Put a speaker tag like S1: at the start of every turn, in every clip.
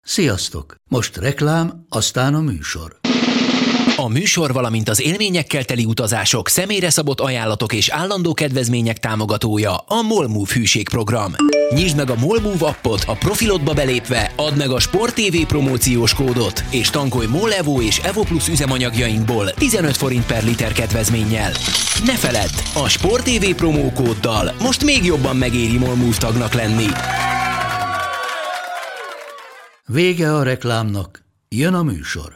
S1: Sziasztok! Most reklám, aztán a műsor.
S2: A műsor, valamint az élményekkel teli utazások, személyre szabott ajánlatok és állandó kedvezmények támogatója a MOL Move hűségprogram. Nyisd meg a MOL Move appot, a profilodba belépve add meg a Sport TV promóciós kódot, és tankolj MOL Evo és Evo Plus üzemanyagjainkból 15 forint per liter kedvezménnyel. Ne feledd, a Sport TV promókóddal most még jobban megéri MOL Move tagnak lenni.
S1: Vége a reklámnak, jön a műsor.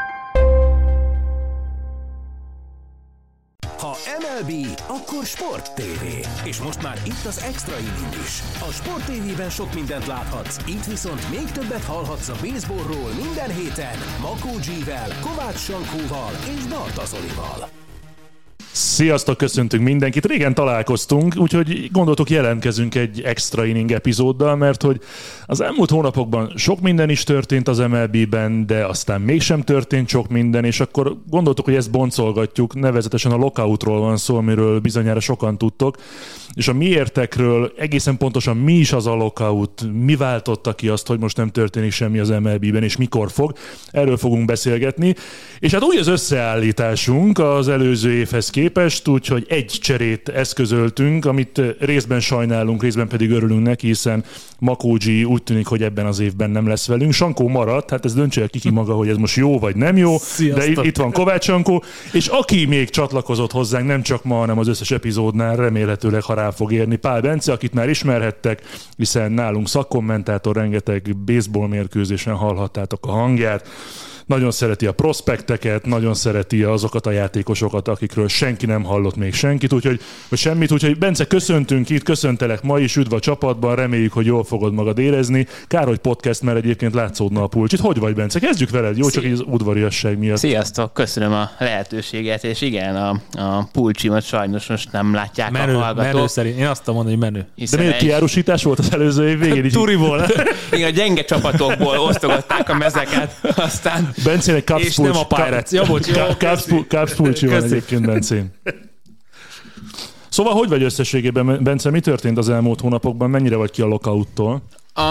S3: Ha MLB, akkor Sport TV. És most már itt az Extra Inning is. A Sport TV-ben sok mindent láthatsz, itt viszont még többet hallhatsz a baseballról minden héten Makó G-vel, Kovács Sankóval és Barta Zolival.
S4: Sziasztok, köszöntünk mindenkit. Régen találkoztunk, úgyhogy gondoltuk jelentkezünk egy Extra Inning epizóddal, mert hogy az elmúlt hónapokban sok minden is történt az MLB-ben, de aztán mégsem történt sok minden, és akkor gondoltuk, hogy ezt boncolgatjuk, nevezetesen a lockoutról van szó, amiről bizonyára sokan tudtok, és a miértekről egészen pontosan mi is az a lockout, mi váltotta ki azt, hogy most nem történik semmi az MLB-ben, és mikor fog. Erről fogunk beszélgetni. És hát új az összeállításunk az előző évhez képest, úgyhogy egy cserét eszközöltünk, amit részben sajnálunk, részben pedig örülünk neki, hiszen Makó G úgy tűnik, hogy ebben az évben nem lesz velünk. Sankó maradt, hát ez döntse el ki maga, hogy ez most jó vagy nem jó. Sziasztok. De itt van Kovács Sankó, és aki még csatlakozott hozzánk, nem csak ma, hanem az összes epizódnál, remélhetőleg, ha rá fog érni, Pál Bence, akit már ismerhettek, hiszen nálunk szakkommentátor, rengeteg baseball mérkőzésen hallhattátok a hangját. Nagyon szereti a prospekteket, nagyon szereti azokat a játékosokat, akikről senki nem hallott még senkit, úgyhogy Bence, köszöntünk itt, köszöntelek ma is, üdv a csapatban, reméljük, hogy jól fogod magad érezni. Kár, hogy podcast, mert egyébként látszódna a pulcsit. Hogy vagy, Bence? Kezdjük veled, jó? Csak így az udvariasság miatt.
S5: Sziasztok, köszönöm a lehetőséget, és igen, a pulcsimat sajnos most nem látják a hallgatók.
S6: Menő szerint, én azt mondom, hogy menő.
S4: De miért kiárusítás volt az előző év végén?
S6: Turiból.
S5: Igen, a gyenge csapatokból osztogatták a mezeket, aztán...
S4: Bencének
S6: és nem a Pirates.
S4: Caps pulcsi van egyébként Bencén. Szóval hogy vagy összességében, Bence, mi történt az elmúlt hónapokban? Mennyire vagy ki a lockouttól?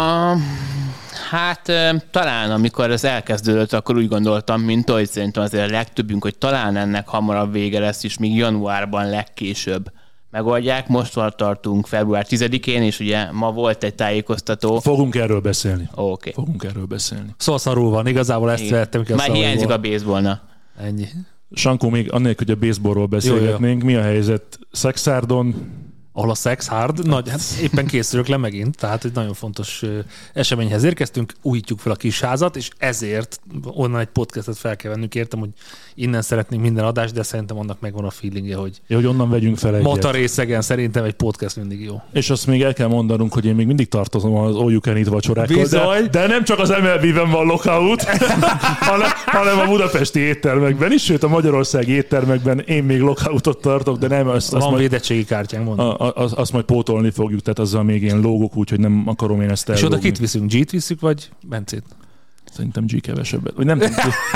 S5: Hát talán amikor ez elkezdődött, akkor úgy gondoltam, mint ahogy szerintem azért a legtöbbünk, hogy talán ennek hamarabb vége lesz, és még januárban legkésőbb megoldják. Most tartunk február 10-én, és ugye ma volt egy tájékoztató.
S4: Fogunk erről beszélni.
S5: Okay.
S4: Fogunk erről beszélni.
S6: Szarul van, igazából ezt vettem ki a
S5: már hiányzik a baseballna.
S6: Ennyi.
S4: Sankó, még annélkül, hogy a baseballról beszélgetnénk, mi a helyzet Szexárdon?
S6: Ahol a Sex Hard, hát éppen készülök le megint, tehát egy nagyon fontos eseményhez érkeztünk, újítjuk fel a kis házat, és ezért onnan egy podcastet fel kell vennünk. Értem, hogy innen szeretnénk minden adást, de szerintem annak megvan a feelingje, hogy
S4: onnan vegyünk fel egyet.
S6: Matarészegen szerintem egy podcast mindig jó.
S4: És azt még el kell mondanunk, hogy én még mindig tartozom az All You Can Eat vacsorákkal, de nem csak az MLB-ben van lockout, hanem a budapesti éttermekben is, sőt a magyarországi éttermekben én még lockoutot tartok, de nem azt
S6: van védettségi kártyánk, mondom.
S4: Azt majd pótolni fogjuk, tehát azzal még én lógok, úgyhogy nem akarom én ezt ellógni.
S6: És oda kit viszünk? G-t viszük, vagy Bencét?
S4: Szerintem G kevesebbet. Vagy nem tudom.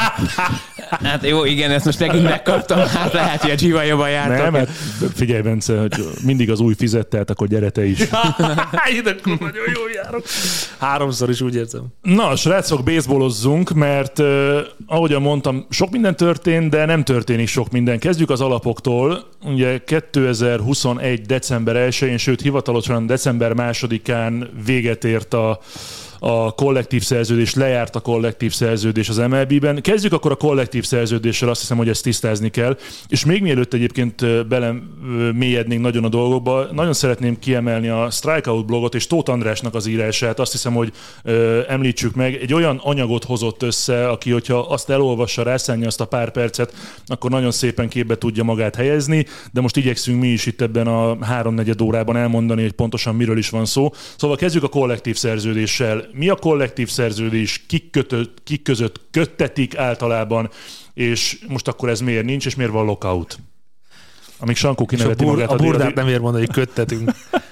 S5: Hát jó, igen, ezt most megint megkaptam. Hát lehet, hogy a G-val jobban jártok.
S4: Nem, mert figyelj, Bence, hogy mindig az új fizet, tehát akkor gyere te is.
S6: Ide nagyon jól járok. 3-szor is úgy érzem.
S4: Na, srácok, baseballozzunk, mert ahogyan mondtam, sok minden történt, de nem történik sok minden. Kezdjük az alapoktól. Ugye 2021. december 1-én, sőt hivatalosan december 2-án véget ért a kollektív szerződés, lejárt a kollektív szerződés az MLB-ben. Kezdjük akkor a kollektív szerződéssel, azt hiszem, hogy ezt tisztázni kell. És még mielőtt egyébként belemélyednénk nagyon a dolgokba, nagyon szeretném kiemelni a Strikeout blogot és Tóth Andrásnak az írását. Azt hiszem, hogy említsük meg. Egy olyan anyagot hozott össze, aki, hogyha azt elolvassa, rászánja azt a pár percet, akkor nagyon szépen képbe tudja magát helyezni, de most igyekszünk mi is itt ebben a 3-4 órában elmondani, hogy pontosan miről is van szó. Szóval kezdjük a kollektív szerződéssel. Mi a kollektív szerződés, kik között köttetik általában, és most akkor ez miért nincs, és miért van lockout? Amíg Sankó kineveti magát.
S6: A burdát nem ér mondani, hogy köttetünk.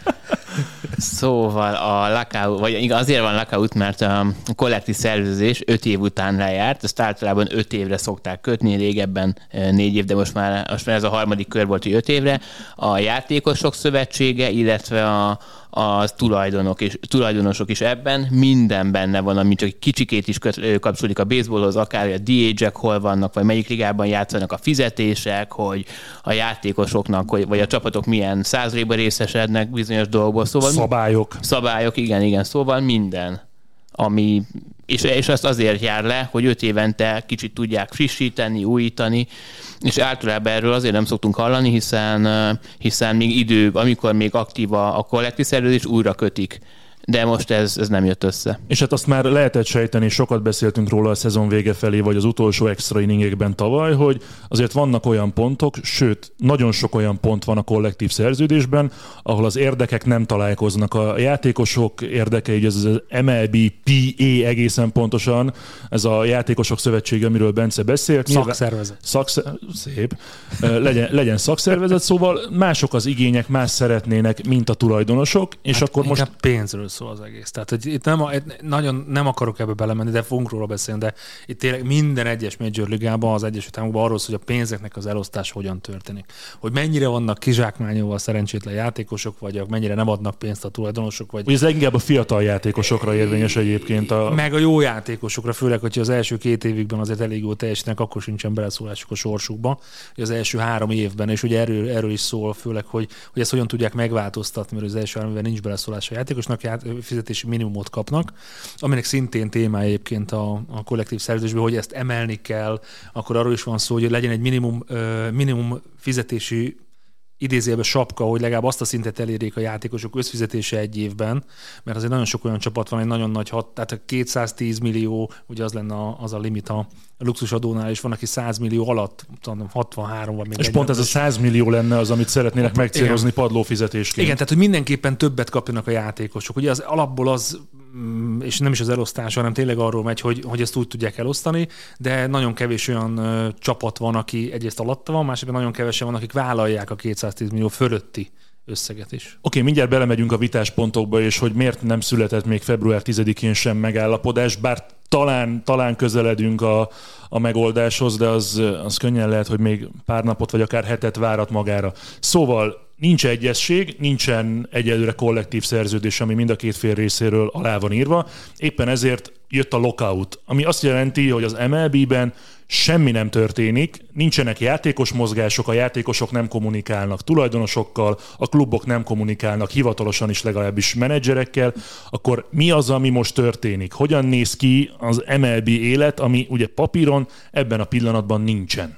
S5: Szóval a lockout, vagy azért van lockout, mert a kollektív szerződés 5 év után lejárt, ezt általában 5 évre szokták kötni, régebben 4 év, de most már ez a harmadik kör volt, hogy 5 évre. A játékosok szövetsége, illetve az tulajdonosok is ebben, minden benne van, ami csak egy kicsikét is kapcsolódik a baseballhoz, akár a DH-ek hol vannak, vagy melyik ligában játszanak, a fizetések, hogy a játékosoknak, vagy a csapatok milyen százalékban részesednek bizonyos dolgokból. Szóval Szabályok, igen, szóval minden. És azt azért jár le, hogy 5 évente kicsit tudják frissíteni, újítani, és általában erről azért nem szoktunk hallani, hiszen még amikor még aktív a kollektív szerződés, újra kötik. De most ez nem jött össze.
S4: És hát azt már lehetett sejteni, sokat beszéltünk róla a szezon vége felé, vagy az utolsó extra inningekben tavaly, hogy azért vannak olyan pontok, sőt, nagyon sok olyan pont van a kollektív szerződésben, ahol az érdekek nem találkoznak. A játékosok érdekei, ez az MLB-PA egészen pontosan, ez a játékosok szövetsége, amiről Bence beszélt.
S6: Szakszervezet.
S4: Szép. Legyen szakszervezet, szóval mások az igények, más szeretnének, mint a tulajdonosok, és hát akkor most...
S6: pénzről szól az egész. Tehát hogy itt nagyon nem akarok ebbe belemenni, de fogunk róla beszélni, de itt tényleg minden egyes Major Ligában, az Egyesült Államokban arról szól, hogy a pénzeknek az elosztása hogyan történik. Hogy mennyire vannak kizsákmányolva a szerencsétlen játékosok, vagy mennyire nem adnak pénzt a tulajdonosok. Vagy
S4: ez leginkább a fiatal játékosokra érvényes egyébként.
S6: Meg a jó játékosokra, főleg, hogyha az első 2 évükben azért elég jól teljesítenek, akkor sincsen beleszólásuk a sorsukba. Az első 3 évben, és ugye erről is szól, főleg, hogy ezt hogyan tudják megváltoztatni, mert az első 3 évben nincs beleszólás a játékosnak, fizetési minimumot kapnak, aminek szintén témája egyébként a kollektív szerződésben, hogy ezt emelni kell, akkor arról is van szó, hogy legyen egy minimum fizetési idézőjelben sapka, hogy legalább azt a szintet elérjék a játékosok összfizetése egy évben, mert azért nagyon sok olyan csapat van, egy nagyon nagy tehát a 210 millió, ugye az lenne az a limit a luxusadónál, és van, aki 100 millió alatt, 63 van még.
S4: És pont ez a 100 millió lenne az, amit szeretnének megcélozni padlófizetésként.
S6: Igen, tehát hogy mindenképpen többet kapjanak a játékosok. Ugye az alapból az, és nem is az elosztás, hanem tényleg arról megy, hogy ezt úgy tudják elosztani, de nagyon kevés olyan csapat van, aki egyrészt alatta van, másrészt nagyon kevesen van, akik vállalják a 210 millió fölötti összeget is.
S4: Oké, mindjárt belemegyünk a vitáspontokba, és hogy miért nem született még február 10-én sem megállapodás, bár talán közeledünk a megoldáshoz, de az könnyen lehet, hogy még pár napot vagy akár hetet várat magára. Szóval nincs egyezség, nincsen egyelőre kollektív szerződés, ami mind a két fél részéről alá van írva. Éppen ezért jött a lockout, ami azt jelenti, hogy az MLB-ben semmi nem történik, nincsenek játékos mozgások, a játékosok nem kommunikálnak tulajdonosokkal, a klubok nem kommunikálnak hivatalosan is legalábbis menedzserekkel, akkor mi az, ami most történik? Hogyan néz ki az MLB élet, ami ugye papíron ebben a pillanatban nincsen?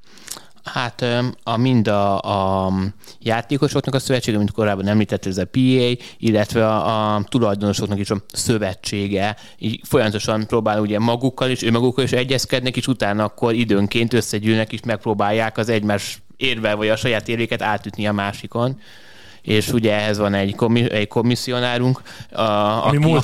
S5: Hát mind a játékosoknak a szövetsége, mint korábban említett, ez a PA, illetve a tulajdonosoknak is a szövetsége. Így folyamatosan próbál ugye magukkal is egyezkednek, és utána akkor időnként összegyűlnek, és megpróbálják az egymás érvel vagy a saját érvéket átütni a másikon. És ugye ehhez van egy komissionárunk.
S4: Ami múlt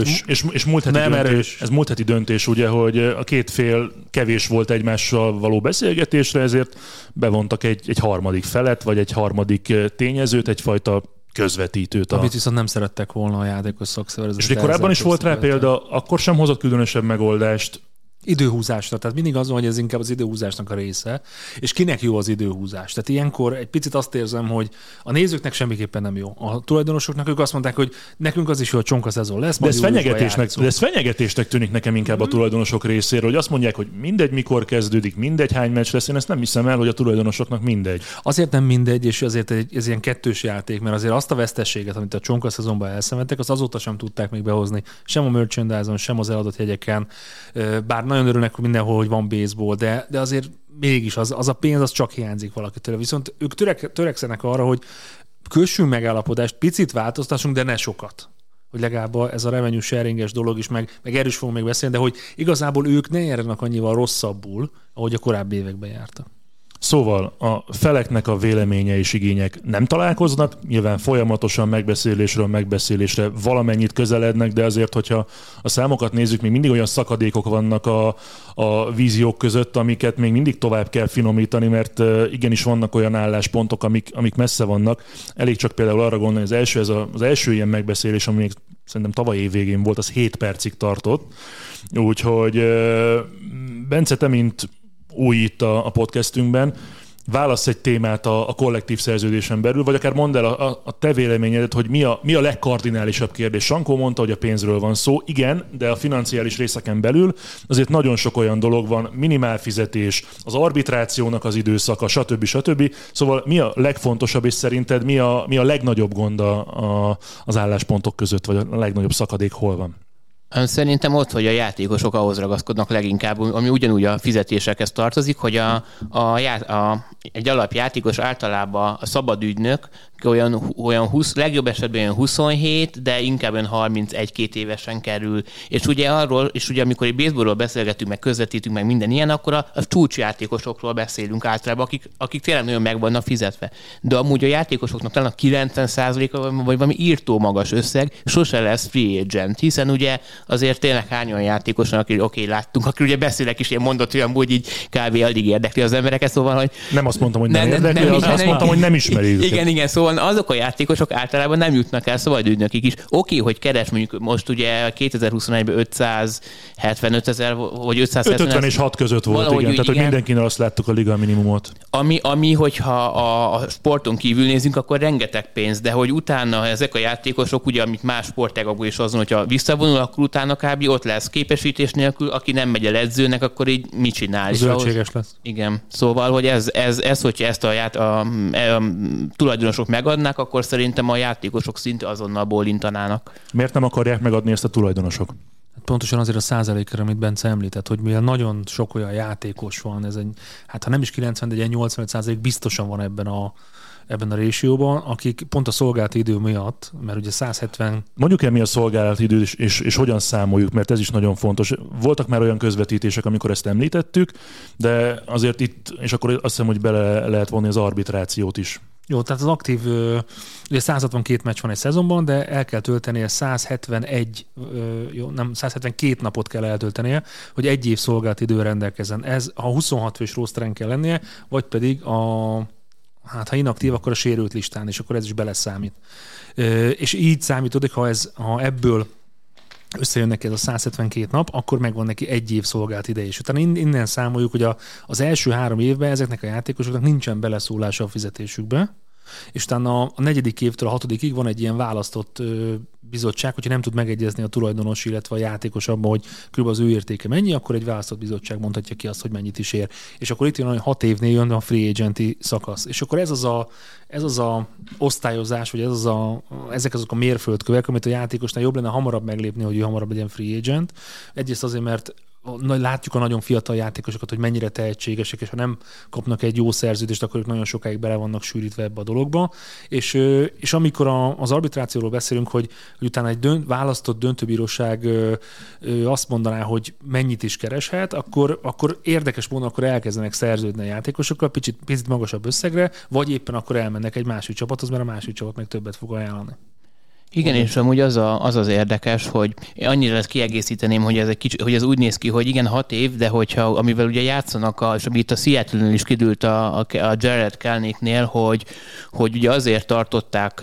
S4: heti döntés, ugye, hogy a két fél kevés volt egymással való beszélgetésre, ezért bevontak egy harmadik felet, vagy egy harmadik tényezőt, egyfajta közvetítőt.
S6: Amit viszont nem szerettek volna a játékos szakszervezet.
S4: És korábban is volt rá példa, akkor sem hozott különösebb megoldást.
S6: Időhúzásra, tehát mindig az van, hogy ez inkább az időhúzásnak a része, és kinek jó az időhúzás. Tehát ilyenkor egy picit azt érzem, hogy a nézőknek semmiképpen nem jó. A tulajdonosoknak ők azt mondták, hogy nekünk az is jó, a csonka szezon lesz.
S4: De ez fenyegetésnek tűnik nekem inkább a tulajdonosok részéről, hogy azt mondják, hogy mindegy, mikor kezdődik, mindegy, hány meccs lesz. Én ezt nem hiszem el, hogy a tulajdonosoknak mindegy.
S6: Azért nem mindegy, és azért ez ilyen kettős játék, mert azért azt a veszteséget, amit a csonka szezonban elszenvedtek, azt azóta sem tudták még behozni, sem a merchandise-on, sem az eladott jegyeken, bár nagyon örülnek mindenhol, hogy van baseball, de azért mégis az a pénz, az csak hiányzik valakitől. Viszont ők törekszenek arra, hogy kössünk megállapodást, picit változtassunk, de ne sokat. Hogy legalább ez a revenue sharinges dolog is, meg erről is fogunk még beszélni, de hogy igazából ők ne járnak annyival rosszabbul, ahogy a korábbi években jártak.
S4: Szóval a feleknek a véleménye és igények nem találkoznak, nyilván folyamatosan megbeszélésről megbeszélésre valamennyit közelednek, de azért, hogyha a számokat nézzük, még mindig olyan szakadékok vannak a víziók között, amiket még mindig tovább kell finomítani, mert igenis vannak olyan álláspontok, amik messze vannak. Elég csak például arra gondolni, az első ilyen megbeszélés, ami még szerintem tavaly év végén volt, az 7 percig tartott. Úgyhogy Bence, te mint új itt a podcastünkben, válasz egy témát a kollektív szerződésen belül, vagy akár mondd el a te véleményedet, hogy mi a legkardinálisabb kérdés. Sankó mondta, hogy a pénzről van szó. Igen, de a financiális részeken belül azért nagyon sok olyan dolog van, minimálfizetés, az arbitrációnak az időszaka, stb. Szóval mi a legfontosabb, és szerinted mi a legnagyobb gond az álláspontok között, vagy a legnagyobb szakadék hol van?
S5: Szerintem ott, hogy a játékosok ahhoz ragaszkodnak leginkább, ami ugyanúgy a fizetésekhez tartozik, hogy egy alapjátékos általában a szabadügynök olyan 20, legjobb esetben olyan 27, de inkább olyan 31-2 évesen kerül. És ugye amikor egy baseballról beszélgetünk, meg közvetítünk, meg minden ilyen, akkor a csúcsjátékosokról beszélünk általában, akik tényleg nagyon meg vannak fizetve. De amúgy a játékosoknak talán a 90%-a, vagy valami írtó magas összeg sose lesz free agent, hiszen ugye azért tényleg hány olyan játékos, aki láttunk, aki ugye beszélek is ilyen mondott, hogy amúgy így kb. Alig érdekli az embereket, szóval, hogy...
S4: Nem azt mondtam, hogy nem érdekli, azt mondtam, hogy nem ismeri őket.
S5: Igen, szóval azok a játékosok általában nem jutnak el szabadügynökig is. Oké, hogy keres mondjuk most ugye 2021-ben 575 000, vagy 570
S4: 50 és 6 között volt, igen. Tehát, hogy mindenkinek azt láttuk a liga minimumot.
S5: Ami, hogyha a sporton kívül nézünk, akkor rengeteg pénz, de hogy utána ezek a játékosok, ugye, amit más sportágakból is azon, hogyha visszavonul, akkor utána kb. Ott lesz képesítés nélkül, aki nem megy el edzőnek, akkor így mit csinál?
S6: Zöldséges lesz.
S5: Igen. Szóval, hogy hogyha ezt a tulajdonosok megadnák, akkor szerintem a játékosok szinte azonnal bólintanának.
S4: Miért nem akarják megadni ezt a tulajdonosok?
S6: Pontosan azért a százalékra, amit Bence említett, hogy mivel nagyon sok olyan játékos van, ha nem is 90, de egy 85% biztosan van ebben a résióban, akik pont a szolgálati idő miatt, mert ugye 170...
S4: Mondjuk el, mi a szolgálati idő, és hogyan számoljuk, mert ez is nagyon fontos. Voltak már olyan közvetítések, amikor ezt említettük, de azért itt, és akkor azt hiszem, hogy bele lehet vonni az arbitrációt is.
S6: Jó, tehát az aktív, ugye 162 meccs van egy szezonban, de el kell töltenie 172 napot kell eltöltenie, hogy egy év szolgálati idő rendelkezzen. Ez, ha 26 fős rosteren kell lennie, vagy pedig ha inaktív, akkor a sérült listán, és akkor ez is beleszámít. És így számítodik, ha ebből összejönnek ez a 172 nap, akkor megvan neki egy év szolgált ideje. És utána innen számoljuk, hogy az első 3 évben ezeknek a játékosoknak nincsen beleszólása a fizetésükbe, és utána a 4. évtől a 6. van egy ilyen választott bizottság, hogyha nem tud megegyezni a tulajdonos, illetve a játékos abban, hogy kb. Az ő értéke mennyi, akkor egy választott bizottság mondhatja ki azt, hogy mennyit is ér. És akkor itt jön, hogy 6 évnél jön a free agenti szakasz. És akkor ez az a osztályozás, vagy ezek azok a mérföldkövek, amit a játékosnál jobb lenne hamarabb meglépni, hogy ő hamarabb legyen free agent. Egyrészt azért, mert látjuk a nagyon fiatal játékosokat, hogy mennyire tehetségesek, és ha nem kapnak egy jó szerződést, akkor ők nagyon sokáig bele vannak sűrítve ebbe a dologba. És amikor az arbitrációról beszélünk, hogy utána egy választott döntőbíróság azt mondaná, hogy mennyit is kereshet, akkor érdekes módon akkor elkezdenek szerződni a játékosokkal, picit magasabb összegre, vagy éppen akkor elmennek egy másik csapathoz, mert a másik csapat meg többet fog ajánlani.
S5: Igen, és amúgy az érdekes, hogy annyira ezt kiegészíteném, hogy ez úgy néz ki, hogy igen, 6 év, de amivel ugye játszanak, és ami itt a Seattle-nél is kidült a Jared Kelenicknél, hogy ugye azért tartották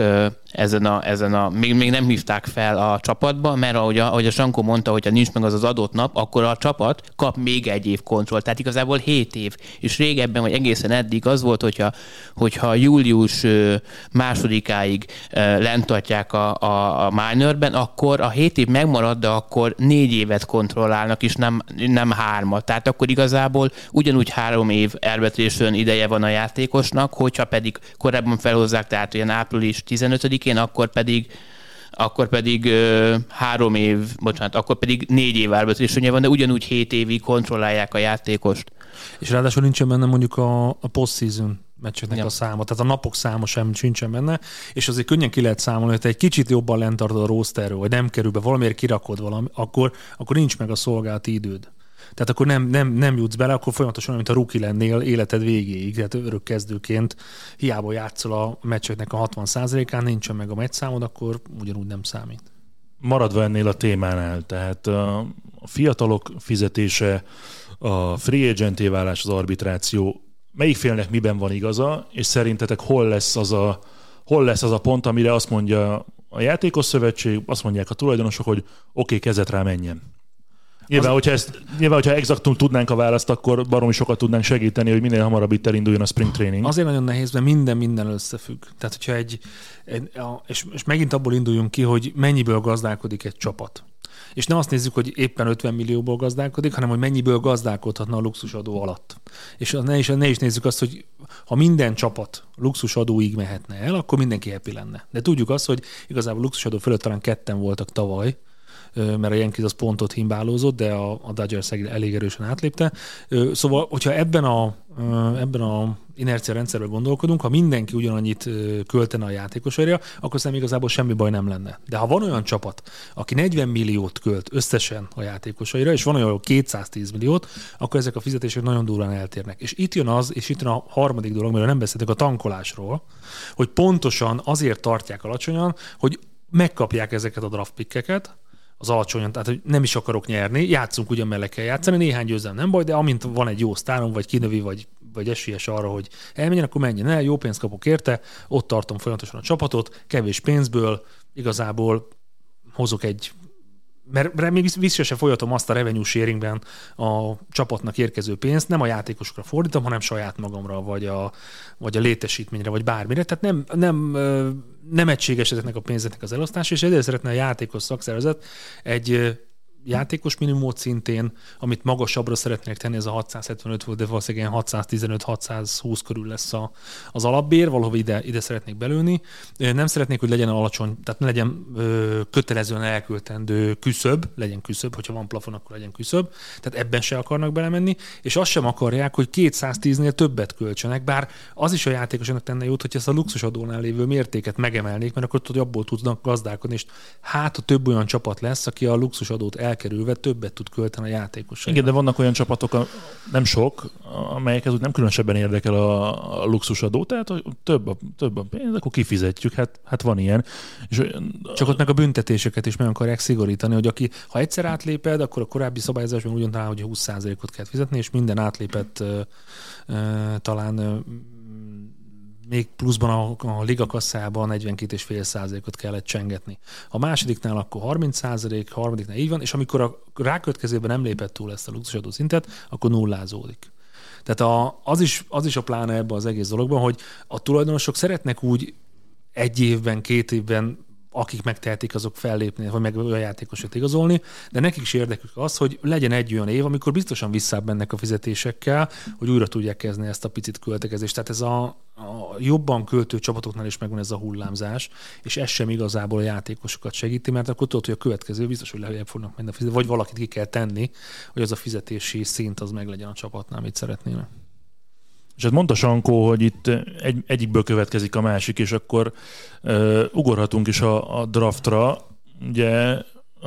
S5: még nem hívták fel a csapatba, mert ahogy a Sankó mondta, hogyha nincs meg az adott nap, akkor a csapat kap még egy év kontroll. Tehát igazából 7 év. És régebben, vagy egészen eddig az volt, hogyha július 2-áig lent tartják a minorben, akkor a 7 év megmarad, de akkor 4 évet kontrollálnak, és nem 3-at. Tehát akkor igazából ugyanúgy 3 év elbetésön ideje van a játékosnak, hogyha pedig korábban felhozzák, tehát olyan április 15-én, akkor pedig 4 év elbetésönye van, de ugyanúgy 7 évig kontrollálják a játékost.
S6: És ráadásul nincsen benne mondjuk a post-season meccseknek a száma, tehát a napok száma sem sincsen benne, és azért könnyen ki lehet számolni, hogy te egy kicsit jobban lent tartod a rosterről, vagy nem kerül be, valamiért kirakod valami, akkor nincs meg a szolgálati időd. Tehát akkor nem jutsz bele, akkor folyamatosan, mint a rookie lennél életed végéig, tehát örök kezdőként hiába játszol a meccseknek a 60%-án, nincsen meg a meccszámod, akkor ugyanúgy nem számít.
S4: Maradva ennél a témánál, tehát a fiatalok fizetése, a free agenté válás, az arbitráció, melyik félnek miben van igaza, és szerintetek hol lesz az a pont, amire azt mondja a játékos szövetség, azt mondják a tulajdonosok, hogy oké, kezet rá menjen? Nyilván, hogyha exaktul tudnánk a választ, akkor baromi sokat tudnánk segíteni, hogy minél hamarabb itt elinduljon a spring training.
S6: Azért nagyon nehéz, mert minden összefügg. Tehát, hogyha és megint abból induljunk ki, hogy mennyiből gazdálkodik egy csapat. És nem azt nézzük, hogy éppen 50 millióból gazdálkodik, hanem hogy mennyiből gazdálkodhatna a luxusadó alatt. És ne is nézzük azt, hogy ha minden csapat luxusadóig mehetne el, akkor mindenki happy lenne. De tudjuk azt, hogy igazából luxusadó fölött talán 2 voltak tavaly, mert a Yankees az pontot himbálózott, de a Dodgers elég erősen átlépte. Szóval, hogyha ebben a inercia rendszerben gondolkodunk, ha mindenki ugyanannyit költene a játékosaira, akkor szerintem igazából semmi baj nem lenne. De ha van olyan csapat, aki 40 milliót költ összesen a játékosaira, és van olyan 210 milliót, akkor ezek a fizetések nagyon durván eltérnek. És itt jön a harmadik dolog, mert nem beszéltek a tankolásról, hogy pontosan azért tartják alacsonyan, hogy megkapják ezeket a draft pickeket, az alacsonyan, tehát hogy nem is akarok nyerni, játszunk ugyan, mellé kell játszani, néhány győzelem nem baj, de amint van egy jó sztárom, vagy kinövi, vagy esélyes arra, hogy elmenjen, akkor menjen el, jó pénzt kapok érte, ott tartom folyamatosan a csapatot, kevés pénzből, igazából hozok mert még vissza se folyatom azt a revenue sharingben a csapatnak érkező pénzt, nem a játékosokra fordítom, hanem saját magamra, vagy a létesítményre, vagy bármire. Tehát nem egységes ezeknek a pénzeknek az elosztása, és ezért szeretne a játékos szakszervezet egy játékos minimumot szintén, amit magasabbra szeretnék tenni, ez a 675 volt, de valószínűleg 615-620 körül lesz az alapbér, valahol ide szeretnék belőni. Nem szeretnék, hogy legyen alacsony, tehát ne legyen kötelezően elköltendő küszöb, legyen küszöb, hogyha van plafon, akkor legyen küszöb, tehát ebben se akarnak belemenni, és azt sem akarják, hogy 210-nél többet költsenek, bár az is a játékosnak tenne jót, hogy ezt a luxusadónál lévő mértéket megemelnék, mert akkor tudod, abból tudnak gazdálkodni, és hát a több olyan csapat lesz, aki a luxusadót elkerülve többet tud költeni a játékosra.
S4: Igen, de vannak olyan csapatok, nem sok, amelyeket úgy nem különösebben érdekel a luxusadó, tehát hogy több a pénz, akkor kifizetjük, hát van ilyen. És
S6: csak ott meg a büntetéseket is meg akarják szigorítani, hogy ha egyszer átléped, akkor a korábbi szabályozásban úgy talán, hogy 20%-ot kell fizetni, és minden átlépett talán még pluszban a ligakasszában 42,5%-ot kellett csengetni. A másodiknál akkor 30%, harmadiknál így van, és amikor a rákövetkezőben nem lépett túl ezt a luxusadó szintet, akkor nullázódik. Tehát az is a pláne ebben az egész dologban, hogy a tulajdonosok szeretnek úgy 1 évben, 2 évben, akik megtehetik, azok fellépni, vagy meg olyan játékosot igazolni, de nekik is érdekük az, hogy legyen egy olyan év, amikor biztosan visszább mennek a fizetésekkel, hogy újra tudják kezdeni ezt a picit költekezést. Tehát ez a jobban költő csapatoknál is megvan ez a hullámzás, és ez sem igazából a játékosokat segíti, mert akkor tudod, hogy a következő biztos, hogy lejjebb fognak menni a fizetés, vagy valakit ki kell tenni, hogy az a fizetési szint az meglegyen a csapatnál, amit szeretnének.
S4: És hát mondta Sankó, hogy itt egyikből következik a másik, és akkor ugorhatunk is a draftra. Ugye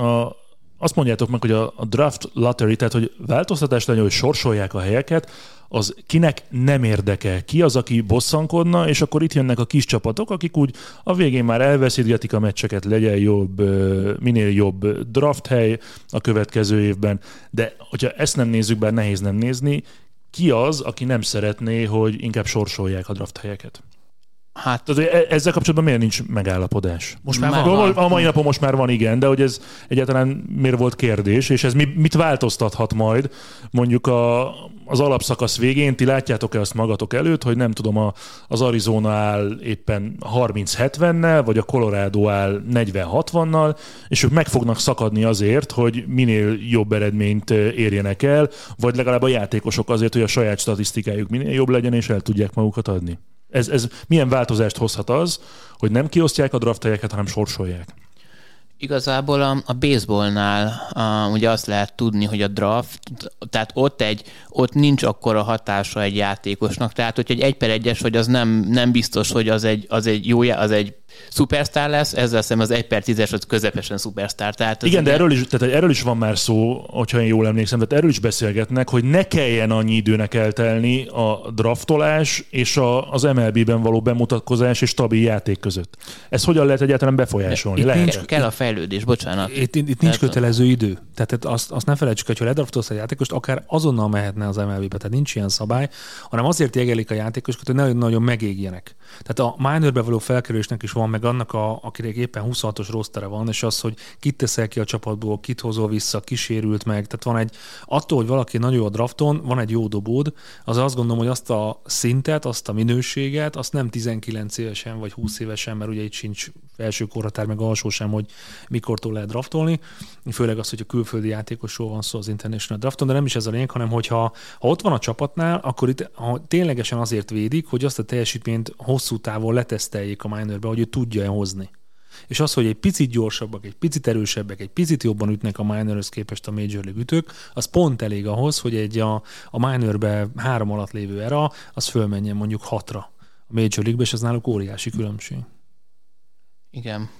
S4: azt mondjátok meg, hogy a draft lottery, tehát hogy változtatás legyen, hogy sorsolják a helyeket, az kinek nem érdekel. Ki az, aki bosszankodna, és akkor itt jönnek a kis csapatok, akik úgy a végén már elveszítgetik a meccseket, legyen jobb, minél jobb draft hely a következő évben. De hogyha ezt nem nézzük, bár nehéz nem nézni, ki az, aki nem szeretné, hogy inkább sorsolják a draft helyeket? Hát, tehát, ezzel kapcsolatban miért nincs megállapodás?
S6: Most már van.
S4: A mai napon most már van, igen, de hogy ez egyáltalán miért volt kérdés, és ez mit változtathat majd mondjuk az alapszakasz végén? Ti látjátok-e azt magatok előtt, hogy nem tudom, az Arizona áll éppen 30-70-nel, vagy a Colorado áll 40-60-nal, és ők meg fognak szakadni azért, hogy minél jobb eredményt érjenek el, vagy legalább a játékosok azért, hogy a saját statisztikájuk minél jobb legyen, és el tudják magukat adni. Ez milyen változást hozhat az, hogy nem kiosztják a draft helyeket, hanem sorsolják?
S5: Igazából a baseballnál ugye azt lehet tudni, hogy a draft, tehát ott nincs akkora hatása egy játékosnak. Tehát, hogy egy 1/1-es vagy, az nem biztos, hogy az egy szupersztár lesz, ezzel szemben az 1/10-es az közepesen szupersztár. Tehát
S4: igen, de erről is van már szó, hogyha én jól emlékszem, tehát erről is beszélgetnek, hogy ne kelljen annyi időnek eltelni a draftolás és az MLB-ben való bemutatkozás és stabil játék között. Ez hogyan lehet egyáltalán befolyásolni?
S5: Kell a fejlődés, bocsánat.
S6: Itt nincs kötelező idő. Tehát azt ne felejtsük, hogy ha ledraftolsz a játékost, akár azonnal mehetne az MLB-be, tehát nincs ilyen szabály, hanem azért jegelik a játékosokat, hogy nagyon megégjenek. Tehát a minorbe való felkerülésnek is van van, meg annak, akinek éppen 26-os rostere van, és az, hogy kit teszel ki a csapatból, kit hozol vissza, kisérült meg. Tehát van attól, hogy valaki nagyon jó a drafton, van egy jó dobód, az azt gondolom, hogy azt a szintet, azt a minőséget, azt nem 19 évesen vagy 20 évesen, mert ugye itt sincs felső korhatár, meg alsó sem, hogy mikortól lehet draftolni. Főleg az, hogy a külföldi játékosról van szó az International Drafton, de nem is ez a lényeg, hanem hogyha ott van a csapatnál, akkor itt ténylegesen azért védik, hogy azt a teljesítményt hosszú távon leteszteljék a minorbe, hogy ő tudja hozni. És az, hogy egy picit gyorsabbak, egy picit erősebbek, egy picit jobban ütnek a minorhoz képest a Major League ütők, az pont elég ahhoz, hogy a minorbe 3 alatt lévő era, az fölmenjen mondjuk 6-ra. A Major League-be, és az náluk óriási különbség.
S5: Igen.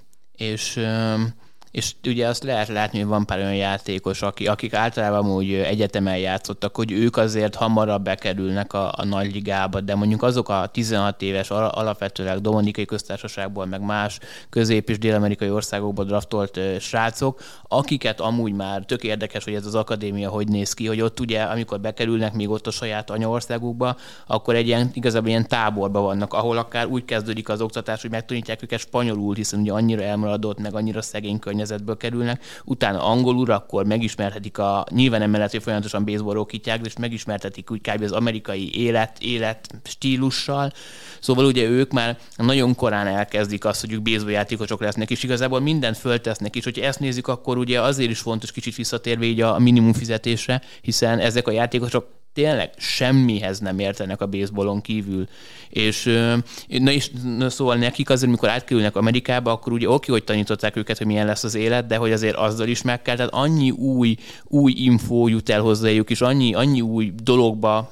S5: És ugye azt lehet látni, hogy van pár olyan játékos, akik általában úgy egyetemen játszottak, hogy ők azért hamarabb bekerülnek a nagy ligába, de mondjuk azok a 16 éves alapvetőleg Dominikai Köztársaságból, meg más közép- és dél-amerikai országokból draftolt srácok, akiket amúgy már tök érdekes, hogy ez az akadémia hogy néz ki, hogy ott ugye, amikor bekerülnek még ott a saját anyaországukba, akkor igazából ilyen táborban vannak, ahol akár úgy kezdődik az oktatás, hogy megtanítják őket spanyolul, hiszen ugye annyira elmaradott, meg annyira szegény környezetből kerülnek, utána angolul, akkor megismerhetik nyilván emellett, hogy folyamatosan baseballról kitják, és megismerhetik úgy kb. Az amerikai élet stílussal. Szóval ugye ők már nagyon korán elkezdik azt, hogy ők baseball játékosok lesznek, és igazából mindent föltesznek, és hogyha ezt nézzük, akkor ugye azért is fontos kicsit visszatérve így a minimum fizetésre, hiszen ezek a játékosok tényleg semmihez nem értenek a baseballon kívül. És szóval nekik azért, amikor átkerülnek Amerikába, akkor ugye oké, hogy tanították őket, hogy milyen lesz az élet, de hogy azért azzal is meg kell, tehát annyi új infó jut el hozzájuk, és annyi új dologba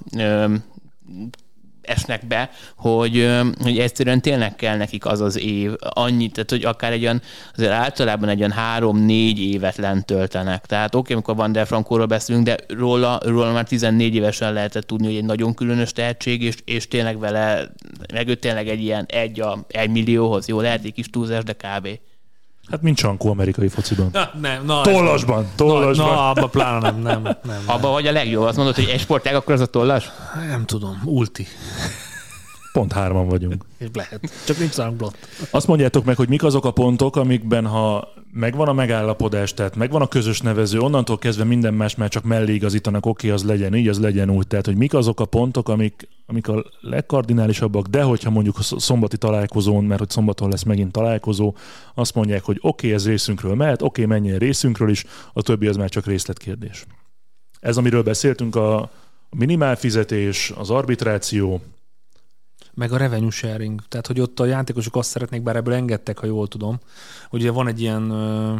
S5: esnek be, hogy egyszerűen tényleg kell nekik az év, annyit, tehát hogy akár azért általában egy olyan 3-4 évet lent töltenek. Tehát oké, amikor Van der Frankóról beszélünk, de róla már 14 évesen lehetett tudni, hogy egy nagyon különös tehetség, és tényleg vele, meg ő tényleg egy ilyen 1 millióhoz, jó, lehet egy kis túlzás, de kb.
S4: Hát mint Csankó amerikai fociban.
S6: Na,
S4: tollasban.
S6: Na, abban pláne nem.
S5: Abban vagy a legjobb. Azt mondod, hogy egy sportág, akkor az a tollas?
S6: Nem tudom, ulti.
S4: Pont 3-an vagyunk.
S6: Lehet. Csak nincs szám blott.
S4: Azt mondjátok meg, hogy mik azok a pontok, amikben ha megvan a megállapodás, tehát megvan a közös nevező, onnantól kezdve minden más már csak mellé igazítanak, oké, az legyen így, az legyen úgy. Tehát, hogy mik azok a pontok, amik a legkardinálisabbak, de hogyha mondjuk a szombati találkozón, mert hogy szombaton lesz megint találkozó, azt mondják, hogy oké, ez részünkről mehet, oké, menjen részünkről is, a többi az már csak részletkérdés. Ez, amiről beszéltünk, a minimál fizetés, az arbitráció,
S6: meg a revenue sharing. Tehát, hogy ott a játékosok azt szeretnék, bár ebből engedtek, ha jól tudom, hogy ugye van egy ilyen...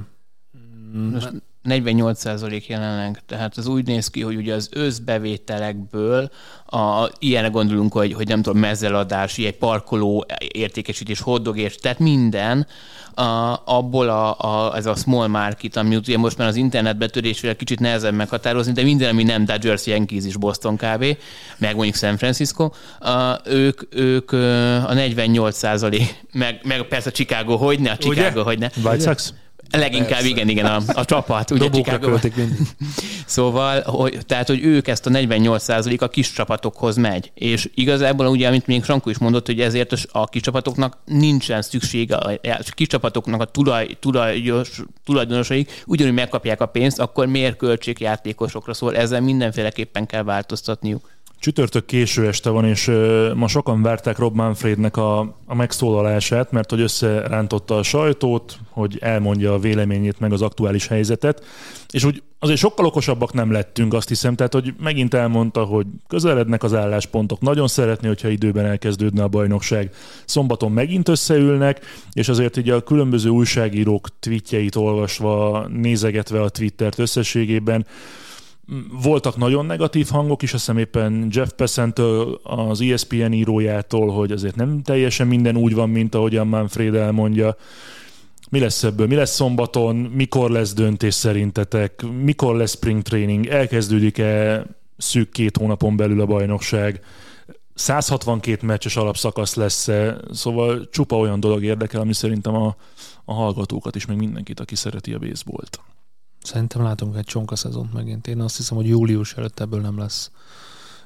S5: 48% jelenleg. Tehát az úgy néz ki, hogy ugye az összbevételekből ilyenre gondolunk, hogy nem tudom, mezzeladás, egy parkoló értékesítés, hotdogért, tehát minden, abból ez a small market, ami ugye most már az internetbetörésvel kicsit nehezebb meghatározni, de minden, ami nem Dodgers, Yankees is Boston kb., meg mondjuk San Francisco, ők a 48%, meg persze Chicago, hogyne, a Chicago, hogyne.
S4: White Sox?
S5: Leginkább igen, a csapat. Ugye Chicago. Szóval, tehát, hogy ők ezt a 48% a kis csapatokhoz megy. És igazából ugye, amit még Sankó is mondott, hogy ezért a kis csapatoknak nincsen szüksége, a kis csapatoknak a tulajdonosaik ugyanúgy megkapják a pénzt, akkor miért költsék játékosokra? Szóval ezzel mindenféleképpen kell változtatniuk.
S4: Csütörtök késő este van, és ma sokan várták Rob Manfrednek a megszólalását, mert hogy összerántotta a sajtót, hogy elmondja a véleményét, meg az aktuális helyzetet, és úgy azért sokkal okosabbak nem lettünk, azt hiszem, tehát hogy megint elmondta, hogy közelednek az álláspontok, nagyon szeretné, hogyha időben elkezdődne a bajnokság. Szombaton megint összeülnek, és azért így a különböző újságírók tweetjeit olvasva, nézegetve a Twittert összességében, voltak nagyon negatív hangok is, azt hiszem éppen Jeff Passantől, az ESPN írójától, hogy azért nem teljesen minden úgy van, mint ahogyan Manfred elmondja. Mi lesz ebből? Mi lesz szombaton? Mikor lesz döntés szerintetek? Mikor lesz spring training? Elkezdődik-e szűk 2 hónapon belül a bajnokság? 162 meccses alapszakasz lesz-e? Szóval csupa olyan dolog érdekel, ami szerintem a hallgatókat is, meg mindenkit, aki szereti a baseballt.
S6: Szerintem látunk egy csonka szezont megint. Én azt hiszem, hogy július előtt ebből nem lesz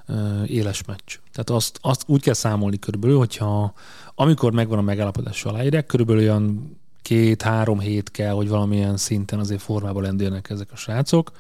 S6: éles meccs. Tehát azt úgy kell számolni körülbelül, hogyha amikor megvan a megállapodás aláírják, körülbelül olyan 2-3 hét kell, hogy valamilyen szinten azért formában lendüljenek ezek a srácok,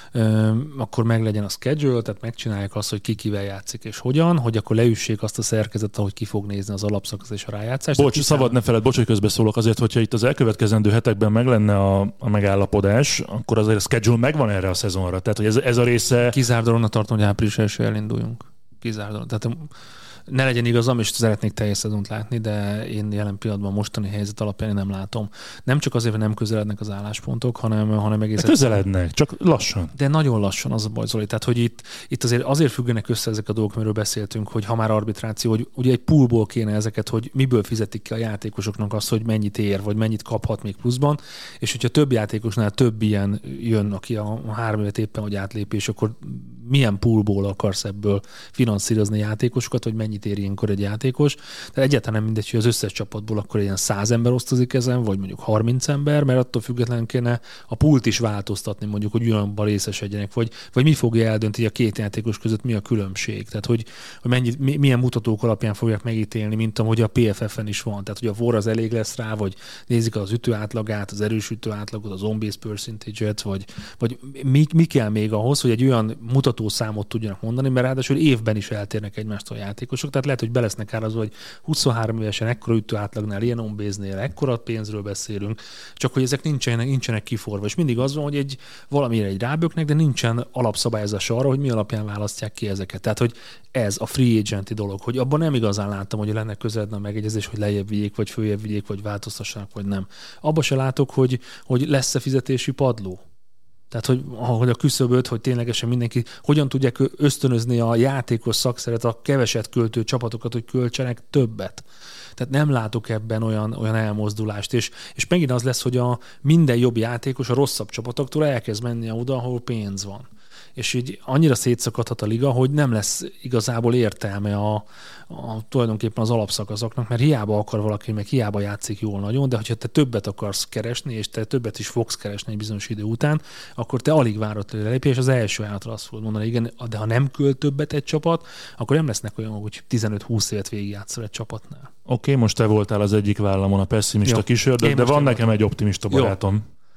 S6: akkor meg legyen a schedule, tehát megcsinálják azt, hogy ki kivel játszik és hogyan, hogy akkor leüssék azt a szerkezetet, ahogy ki fog nézni az alapszakasz és a rájátszás.
S4: Bocs, szabad ne feled, bocs, hogy közbeszólok, azért, hogyha itt az elkövetkezendő hetekben meg lenne a megállapodás, akkor azért a schedule megvan erre a szezonra. Tehát, hogy ez a része...
S6: Kizárt dolognak tartom, hogy április 1-én elinduljunk. Kizárt dolog. Tehát ne legyen igazam, és szeretnék teljes szezont látni, de én jelen pillanatban mostani helyzet alapján nem látom. Nem csak azért, hogy nem közelednek az álláspontok, hanem egész...
S4: Közelednek, csak lassan.
S6: De nagyon lassan, az a baj, Zoli. Tehát, hogy itt azért függenek össze ezek a dolgok, amiről beszéltünk, hogy ha már arbitráció, hogy ugye egy poolból kéne ezeket, hogy miből fizetik ki a játékosoknak azt, hogy mennyit ér, vagy mennyit kaphat még pluszban, és hogyha több játékosnál több ilyen jön, aki a 3 évet éppen hogy átlépés, akkor milyen poolból akarsz ebből finanszírozni játékosokat, vagy mennyit ér ilyenkor egy játékos. Tehát egyáltalán nem mindegy, hogy az összes csapatból akkor ilyen 100 ember osztozik ezen, vagy mondjuk 30 ember, mert attól függetlenül kéne a pult is változtatni, mondjuk, hogy olyanban részesedjenek, vagy mi fogja eldönteni, a két játékos között mi a különbség. Tehát, hogy milyen mutatók alapján fogják megítélni, mint ahogy a PFF-en is van. Tehát, hogy a VOR az elég lesz rá, vagy nézik az ütő átlagát, az erős ütő átlagot, az on-base percentage-et, vagy mi kell még ahhoz, hogy egy olyan mutatószámot tudjanak mondani, mert ráadásul évben is eltérnek egymástól a játékosok. Tehát lehet, hogy belesznek árazva, hogy 23 évesen ekkora ütő átlagnál, ilyen on-base-nél ekkora pénzről beszélünk, csak hogy ezek nincsenek kiforva. És mindig az van, hogy valamire egy ráböknek, de nincsen alapszabályozás arra, hogy mi alapján választják ki ezeket. Tehát, hogy ez a free agenti dolog, hogy abban nem igazán láttam, hogy lenne közeledne a megegyezés, hogy lejjebb vigyék, vagy följebb vigyék, vagy változtassanak, vagy nem. Abba se látok, hogy lesz-e fizetési padló. Tehát, hogy a küszöböt, hogy ténylegesen mindenki, hogyan tudják ösztönözni a játékos szakszeret, a keveset költő csapatokat, hogy költsenek többet. Tehát nem látok ebben olyan elmozdulást. És megint az lesz, hogy minden jobb játékos a rosszabb csapatoktól elkezd menni oda, ahol pénz van. És így annyira szétszakadhat a liga, hogy nem lesz igazából értelme tulajdonképpen az alapszakaszoknak, mert hiába akar valaki, meg hiába játszik jól nagyon, de hogyha te többet akarsz keresni, és te többet is fogsz keresni egy bizonyos idő után, akkor te alig várod lelépés, és az első állatra azt fogod mondani, igen, de ha nem költ többet egy csapat, akkor nem lesznek olyan, hogy 15-20 évet végigjátszol egy csapatnál.
S4: Oké, most te voltál az egyik vállamon a pessimista kisördög, de van nekem egy optimista barátom.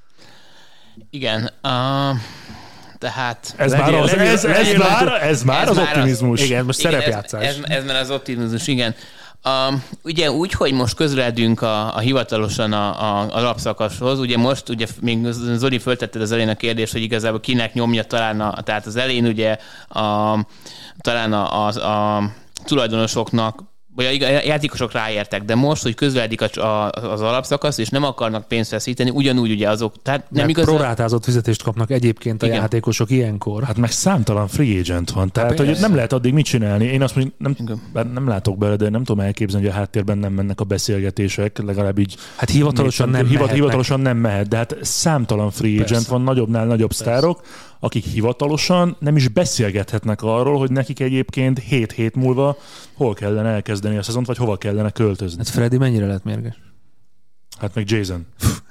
S5: Jó. Igen. Tehát...
S4: Ez már az optimizmus.
S6: Igen, most szerepjátszás.
S5: Ez már az optimizmus, igen. Ugye úgy, hogy most közeledünk a hivatalosan a alapszakaszhoz, ugye most, még Zoli föltetted az elején a kérdést, hogy igazából kinek nyomja talán, tehát az elején ugye talán a tulajdonosoknak, vagy a játékosok ráértek, de most, hogy közeledik az alapszakasz, és nem akarnak pénzt feszíteni, ugyanúgy ugye azok... Tehát nem igazán...
S6: prorátázott fizetést kapnak egyébként a játékosok ilyenkor.
S4: Hát meg számtalan free agent van, tehát hogy nem lehet addig mit csinálni. Én azt mondjuk, nem látok bele, de nem tudom elképzelni, hogy a háttérben nem mennek a beszélgetések, legalább így...
S6: Hát hivatalosan nem mehet,
S4: de hát számtalan free agent van, nagyobbnál nagyobb sztárok, akik hivatalosan nem is beszélgethetnek arról, hogy nekik egyébként 7 hét múlva hol kellene elkezdeni a szezont, vagy hova kellene költözni.
S6: Hát Freddy mennyire lett mérges?
S4: Hát meg Jason.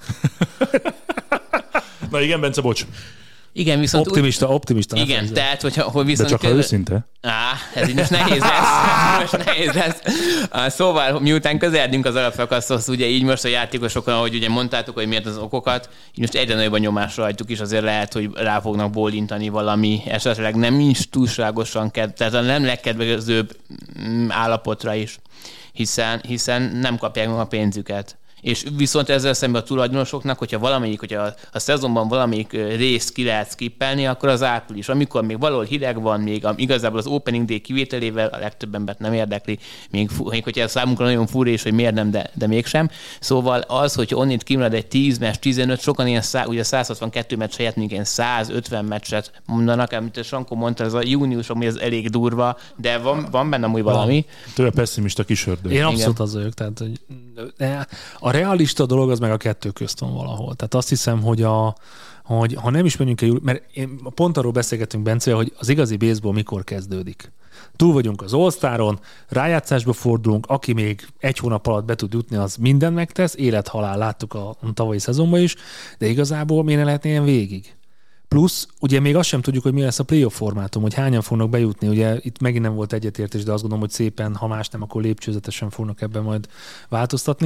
S4: Na igen, Bence, bocs.
S5: Igen, viszont
S6: optimista.
S5: Igen, tehát, hogy viszont...
S4: De csak ha őszinte.
S5: Ez így most nehéz lesz. Szóval, miután közeledünk az alapszakaszhoz, ugye így most a játékosokon, ahogy ugye mondtátok, hogy miért az okokat, így most egyre nagyobb a nyomás rajtuk is, azért lehet, hogy rá fognak bólintani valami, esetleg nem is túlságosan, tehát a nem legkedvezőbb állapotra is, hiszen nem kapják meg a pénzüket. És viszont ezzel szemben a tulajdonosoknak, hogyha a szezonban valamelyik részt ki lehet skippelni, akkor az április, amikor még valahol hideg van, még igazából az opening day kivételével a legtöbb embert nem érdekli, még hogyha számunkra nagyon furés, hogy miért nem, de mégsem. Szóval az, hogy onnit kimarad egy 10 meccs, 15, sokan ilyen ugye 162 meccs helyett még ilyen 150 meccset mondanak, amit a Sankó mondta, ez a június, ami ez elég durva, de van benne amúgy valami.
S4: Tőle pessimista kisördő.
S6: Én abszolút az vagyok, tehát hogy a realista dolog az meg a kettő közt van valahol. Tehát azt hiszem, hogy ha nem is menjünk el, mert pont arról beszélgetünk, Bence, hogy az igazi baseball mikor kezdődik. Túl vagyunk az All-Staron, rájátszásba fordulunk, aki még 1 hónap alatt be tud jutni, az mindent megtesz, élet-halál, láttuk a tavalyi szezonban is, de igazából miért ne lehetne ilyen végig? Plusz, ugye még azt sem tudjuk, hogy mi lesz a playoff formátum, hogy hányan fognak bejutni. Ugye itt megint nem volt egyetértés, de azt gondolom, hogy szépen, ha más nem, akkor lépcsőzetesen fognak ebben majd változtatni.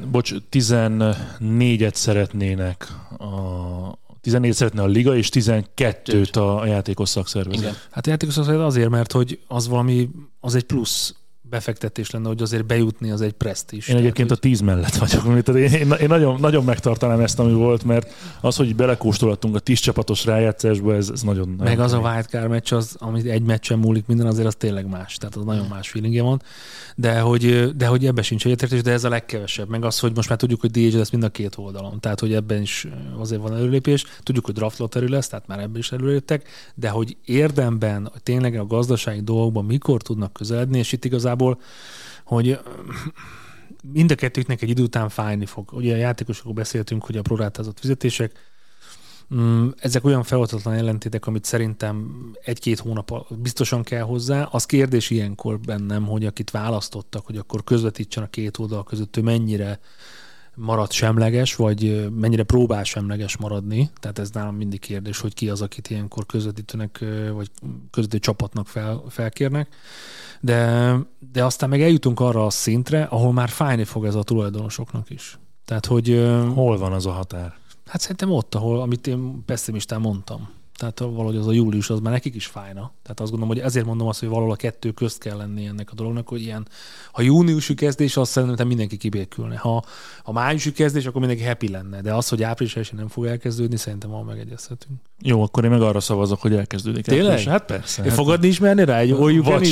S4: 14-et szeretnének 14 szeretne a liga, és 12-t a játékos szakszervezet.
S5: Igen.
S6: Hát a játékos szakszervezet azért, mert hogy az egy plusz befektetés lenne, hogy azért bejutni az egy presztízs.
S4: Én egyébként a 10 mellett vagyok. Én nagyon, nagyon megtartanám ezt, ami volt, mert az, hogy belekóstolhattunk a 10 csapatos rájátszásba, ez nagyon...
S6: Meg az a wildcard meccs, amit egy meccsen múlik minden, azért az tényleg más. Tehát az nagyon más feelingje van. De hogy ebben sincs egyetértés, de ez a legkevesebb. Meg az, hogy most már tudjuk, hogy DH lesz mind a két oldalon. Tehát, hogy ebben is azért van előlépés. Tudjuk, hogy draft lottery lesz, tehát már ebben is előléptek, de hogy érdemben, tényleg a gazdasági dolgokban mikor tudnak közeledni, és itt igazából hogy mind a kettőknek egy idő után fájni fog. Ugye a játékosokról beszéltünk, hogy a prorátázott fizetések, ezek olyan feloldatlan ellentétek, amit szerintem 1-2 hónap biztosan kell hozzá. Az kérdés ilyenkor bennem, hogy akit választottak, hogy akkor közvetítsen a két oldal között, ő mennyire marad semleges, vagy mennyire próbál semleges maradni. Tehát ez nálam mindig kérdés, hogy ki az, akit ilyenkor közvetítőnek, vagy közvetítő csapatnak felkérnek. De aztán meg eljutunk arra a szintre, ahol már fájni fog ez a tulajdonosoknak is. Tehát, hogy...
S4: Hol van az a határ?
S6: Hát szerintem ott, amit én pessimistán mondtam. Tehát valahogy az a július, az már nekik is fájna. Tehát azt gondolom, hogy ezért mondom azt, hogy valahol a kettő közt kell lenni ennek a dolognak, hogy ilyen, ha júniusi kezdés, azt szerintem mindenki kibékülne. Ha májusi kezdés, akkor mindenki happy lenne. De az, hogy április elsőn nem fog elkezdődni, szerintem van megegyezhetünk.
S4: Jó, akkor én meg arra szavazok, hogy elkezdődik.
S6: Tényleg?
S4: Hát persze.
S6: Hát fogadni ismerni rá egy all you can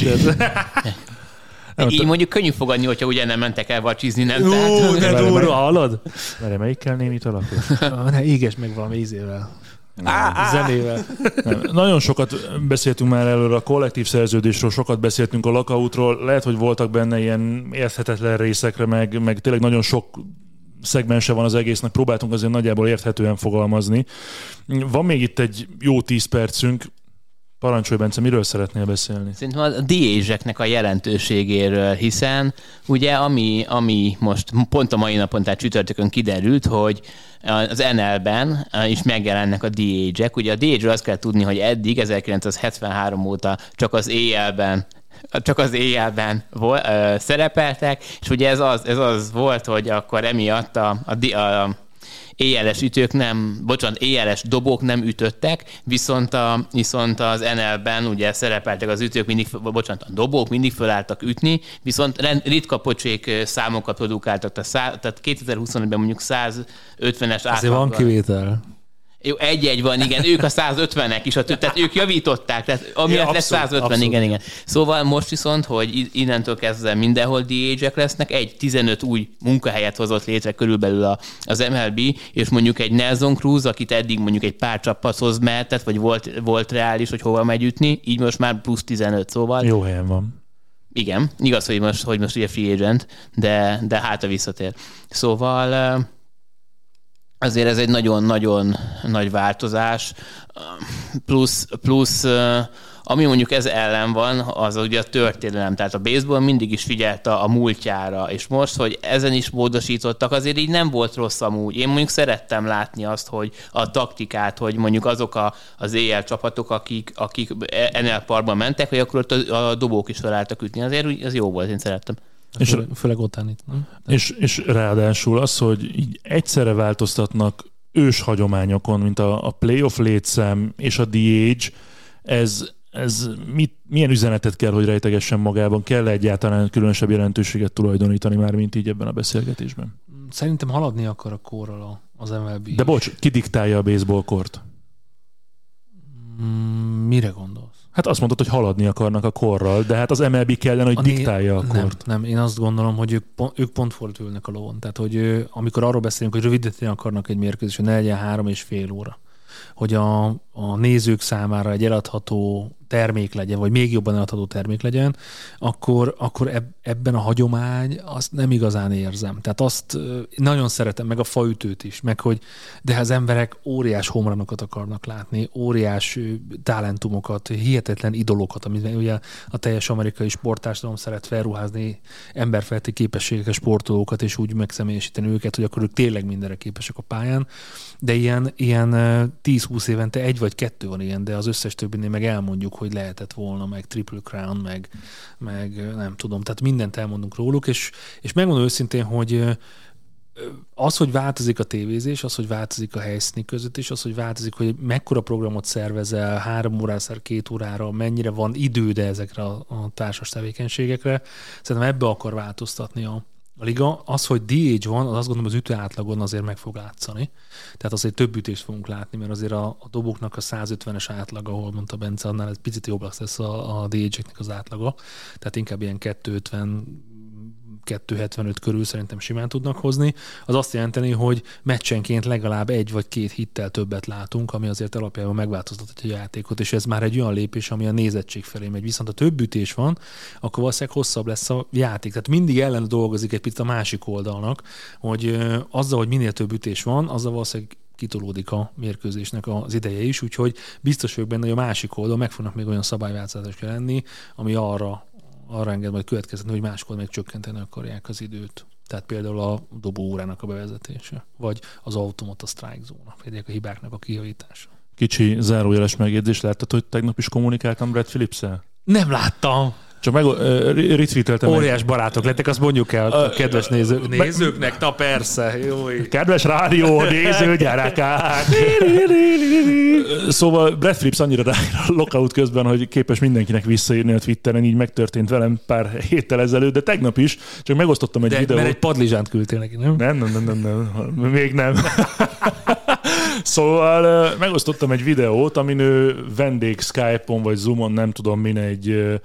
S5: Így mondjuk könnyű fogadni, hogyha ugye nem mentek el vacsizni, nem?
S6: De durva, hallod?
S4: Mert melyikkel némit alakul?
S6: Ne, éges meg valami ízével. Zenével.
S4: Nem. Nagyon sokat beszéltünk már előre a kollektív szerződésről, sokat beszéltünk a lockoutról, lehet, hogy voltak benne ilyen érthetetlen részekre, meg tényleg nagyon sok szegmense van az egésznek, próbáltunk azért nagyjából érthetően fogalmazni. Van még itt egy jó 10 percünk. Parancsolj, Bence, miről szeretnél beszélni?
S5: Szerintem a DH-eknek a jelentőségéről, hiszen ugye ami most pont a mai napon, tehát csütörtökön kiderült, hogy az NL-ben is megjelennek a DH-ek. Ugye a DH-ről azt kell tudni, hogy eddig 1973 óta csak az éjjelben szerepeltek, és ugye ez az volt, hogy akkor emiatt a éjjeles éjjeles dobók nem ütöttek, viszont az NL-ben ugye szerepeltek az ütők, a dobók mindig fölálltak ütni, viszont ritka pocsék számokat produkáltak, tehát 2025-ben mondjuk 150-es átlaggal.
S6: Azért van kivétel.
S5: Jó, egy van, igen, ők a 150-ek is, tehát ők javították, tehát amiatt lesz 150, abszolút. Igen. Szóval most viszont, hogy innentől kezdve mindenhol DH-ek lesznek, 15 új munkahelyet hozott létre körülbelül az MLB, és mondjuk egy Nelson Cruz, akit eddig mondjuk egy pár csapathoz mehetett, vagy volt reális, hogy hova megy ütni, így most már plusz 15, szóval.
S4: Jó helyen van.
S5: Igen, igaz, hogy most ugye free agent, de hát a visszatér. Szóval... Azért ez egy nagyon-nagyon nagy változás, plusz ami mondjuk ez ellen van, az ugye a történelem. Tehát a baseball mindig is figyelte a múltjára, és most, hogy ezen is módosítottak, azért így nem volt rossz amúgy. Én mondjuk szerettem látni azt, hogy a taktikát, hogy mondjuk azok az éjjel csapatok, akik NL Parkban mentek, hogy akkor ott a dobók is felálltak ütni. Azért ez jó volt, én szerettem.
S6: És főleg otthonit.
S4: És ráadásul az, hogy így egyszerre változtatnak ős hagyományokon, mint a playoff létszám és a DH, ez milyen üzenetet kell, hogy rejtegessen magában? Kell egyáltalán különösebb jelentőséget tulajdonítani már, mint így ebben a beszélgetésben?
S6: Szerintem haladni akar a korral az MLB.
S4: De bocs, ki diktálja a baseball kort?
S6: Mire gondolsz?
S4: Hát azt mondtad, hogy haladni akarnak a korral, de hát az MLB kellene, hogy diktálja a kort.
S6: Nem, én azt gondolom, hogy ők pont fordult ülnek a lovon. Tehát, hogy amikor arról beszélünk, hogy rövidíteni akarnak egy mérkőzés, hogy ne legyen 3,5 óra, hogy a nézők számára egy eladható termék legyen, vagy még jobban eladható termék legyen, akkor ebben a hagyomány azt nem igazán érzem. Tehát azt nagyon szeretem, meg a faütőt is, meg hogy de az emberek óriás homranokat akarnak látni, óriás talentumokat, hihetetlen idolokat, amit ugye a teljes amerikai sporttársadalom szeret felruházni emberfeletti képességekes sportolókat, és úgy megszemélyesíteni őket, hogy akkor ők tényleg mindenre képesek a pályán, de ilyen 10-20 évente 1 vagy 2 van ilyen, de az összes többinél meg elmondjuk, hogy lehetett volna, meg Triple Crown, meg nem tudom, tehát mindent elmondunk róluk, és megmondom őszintén, hogy az, hogy változik a tévézés, az, hogy változik a helyszíni között, az, hogy változik, hogy mekkora programot szervezel, 3 órára, 2 órára, mennyire van időd ezekre a társas tevékenységekre. Szerintem ebbe akar változtatni a liga. Az, hogy DH van, az azt gondolom az ütő átlagon azért meg fog látszani. Tehát azért több ütést fogunk látni, mert azért a dobóknak a 150-es átlaga, ahol mondta Bence, annál ez picit jobb lesz a DH-eknek az átlaga. Tehát inkább ilyen 250-275 körül szerintem simán tudnak hozni. Az azt jelenteni, hogy meccsenként legalább 1 vagy 2 hittel többet látunk, ami azért alapjában megváltoztatja a játékot, és ez már egy olyan lépés, ami a nézettség felé megy. Viszont ha több ütés van, akkor valószínűleg hosszabb lesz a játék. Tehát mindig ellen dolgozik egy picit a másik oldalnak, hogy azzal, hogy minél több ütés van, azzal valószínűleg kitolódik a mérkőzésnek az ideje is, úgyhogy biztos vagyok benne, hogy a másik oldal meg fognak még olyan szabályváltozások lenni, ami arra enged majd következni, hogy máskor még csökkenteni akarják az időt. Tehát például a dobóórának a bevezetése, vagy az automata strike zóna, például a hibáknak a kijavítása.
S4: Kicsi zárójeles megjegyzés, láttad, hogy tegnap is kommunikáltam Brad Phillips-el?
S6: Nem láttam!
S4: Csak retweeteltem.
S6: Óriás barátok lettek, azt mondjuk el a kedves nézőknek, persze. Jói.
S4: Kedves rádió néző gyerekek! Szóval Brad Phillips annyira rá lockout közben, hogy képes mindenkinek visszaírni a Twitteren, így megtörtént velem pár héttel ezelőtt, de tegnap is, csak megosztottam egy videót.
S6: Mert egy padlizsánt küldtél neki, nem?
S4: Nem, még nem. Szóval megosztottam egy videót, amin ő vendég Skype-on vagy Zoom-on, nem tudom min, egy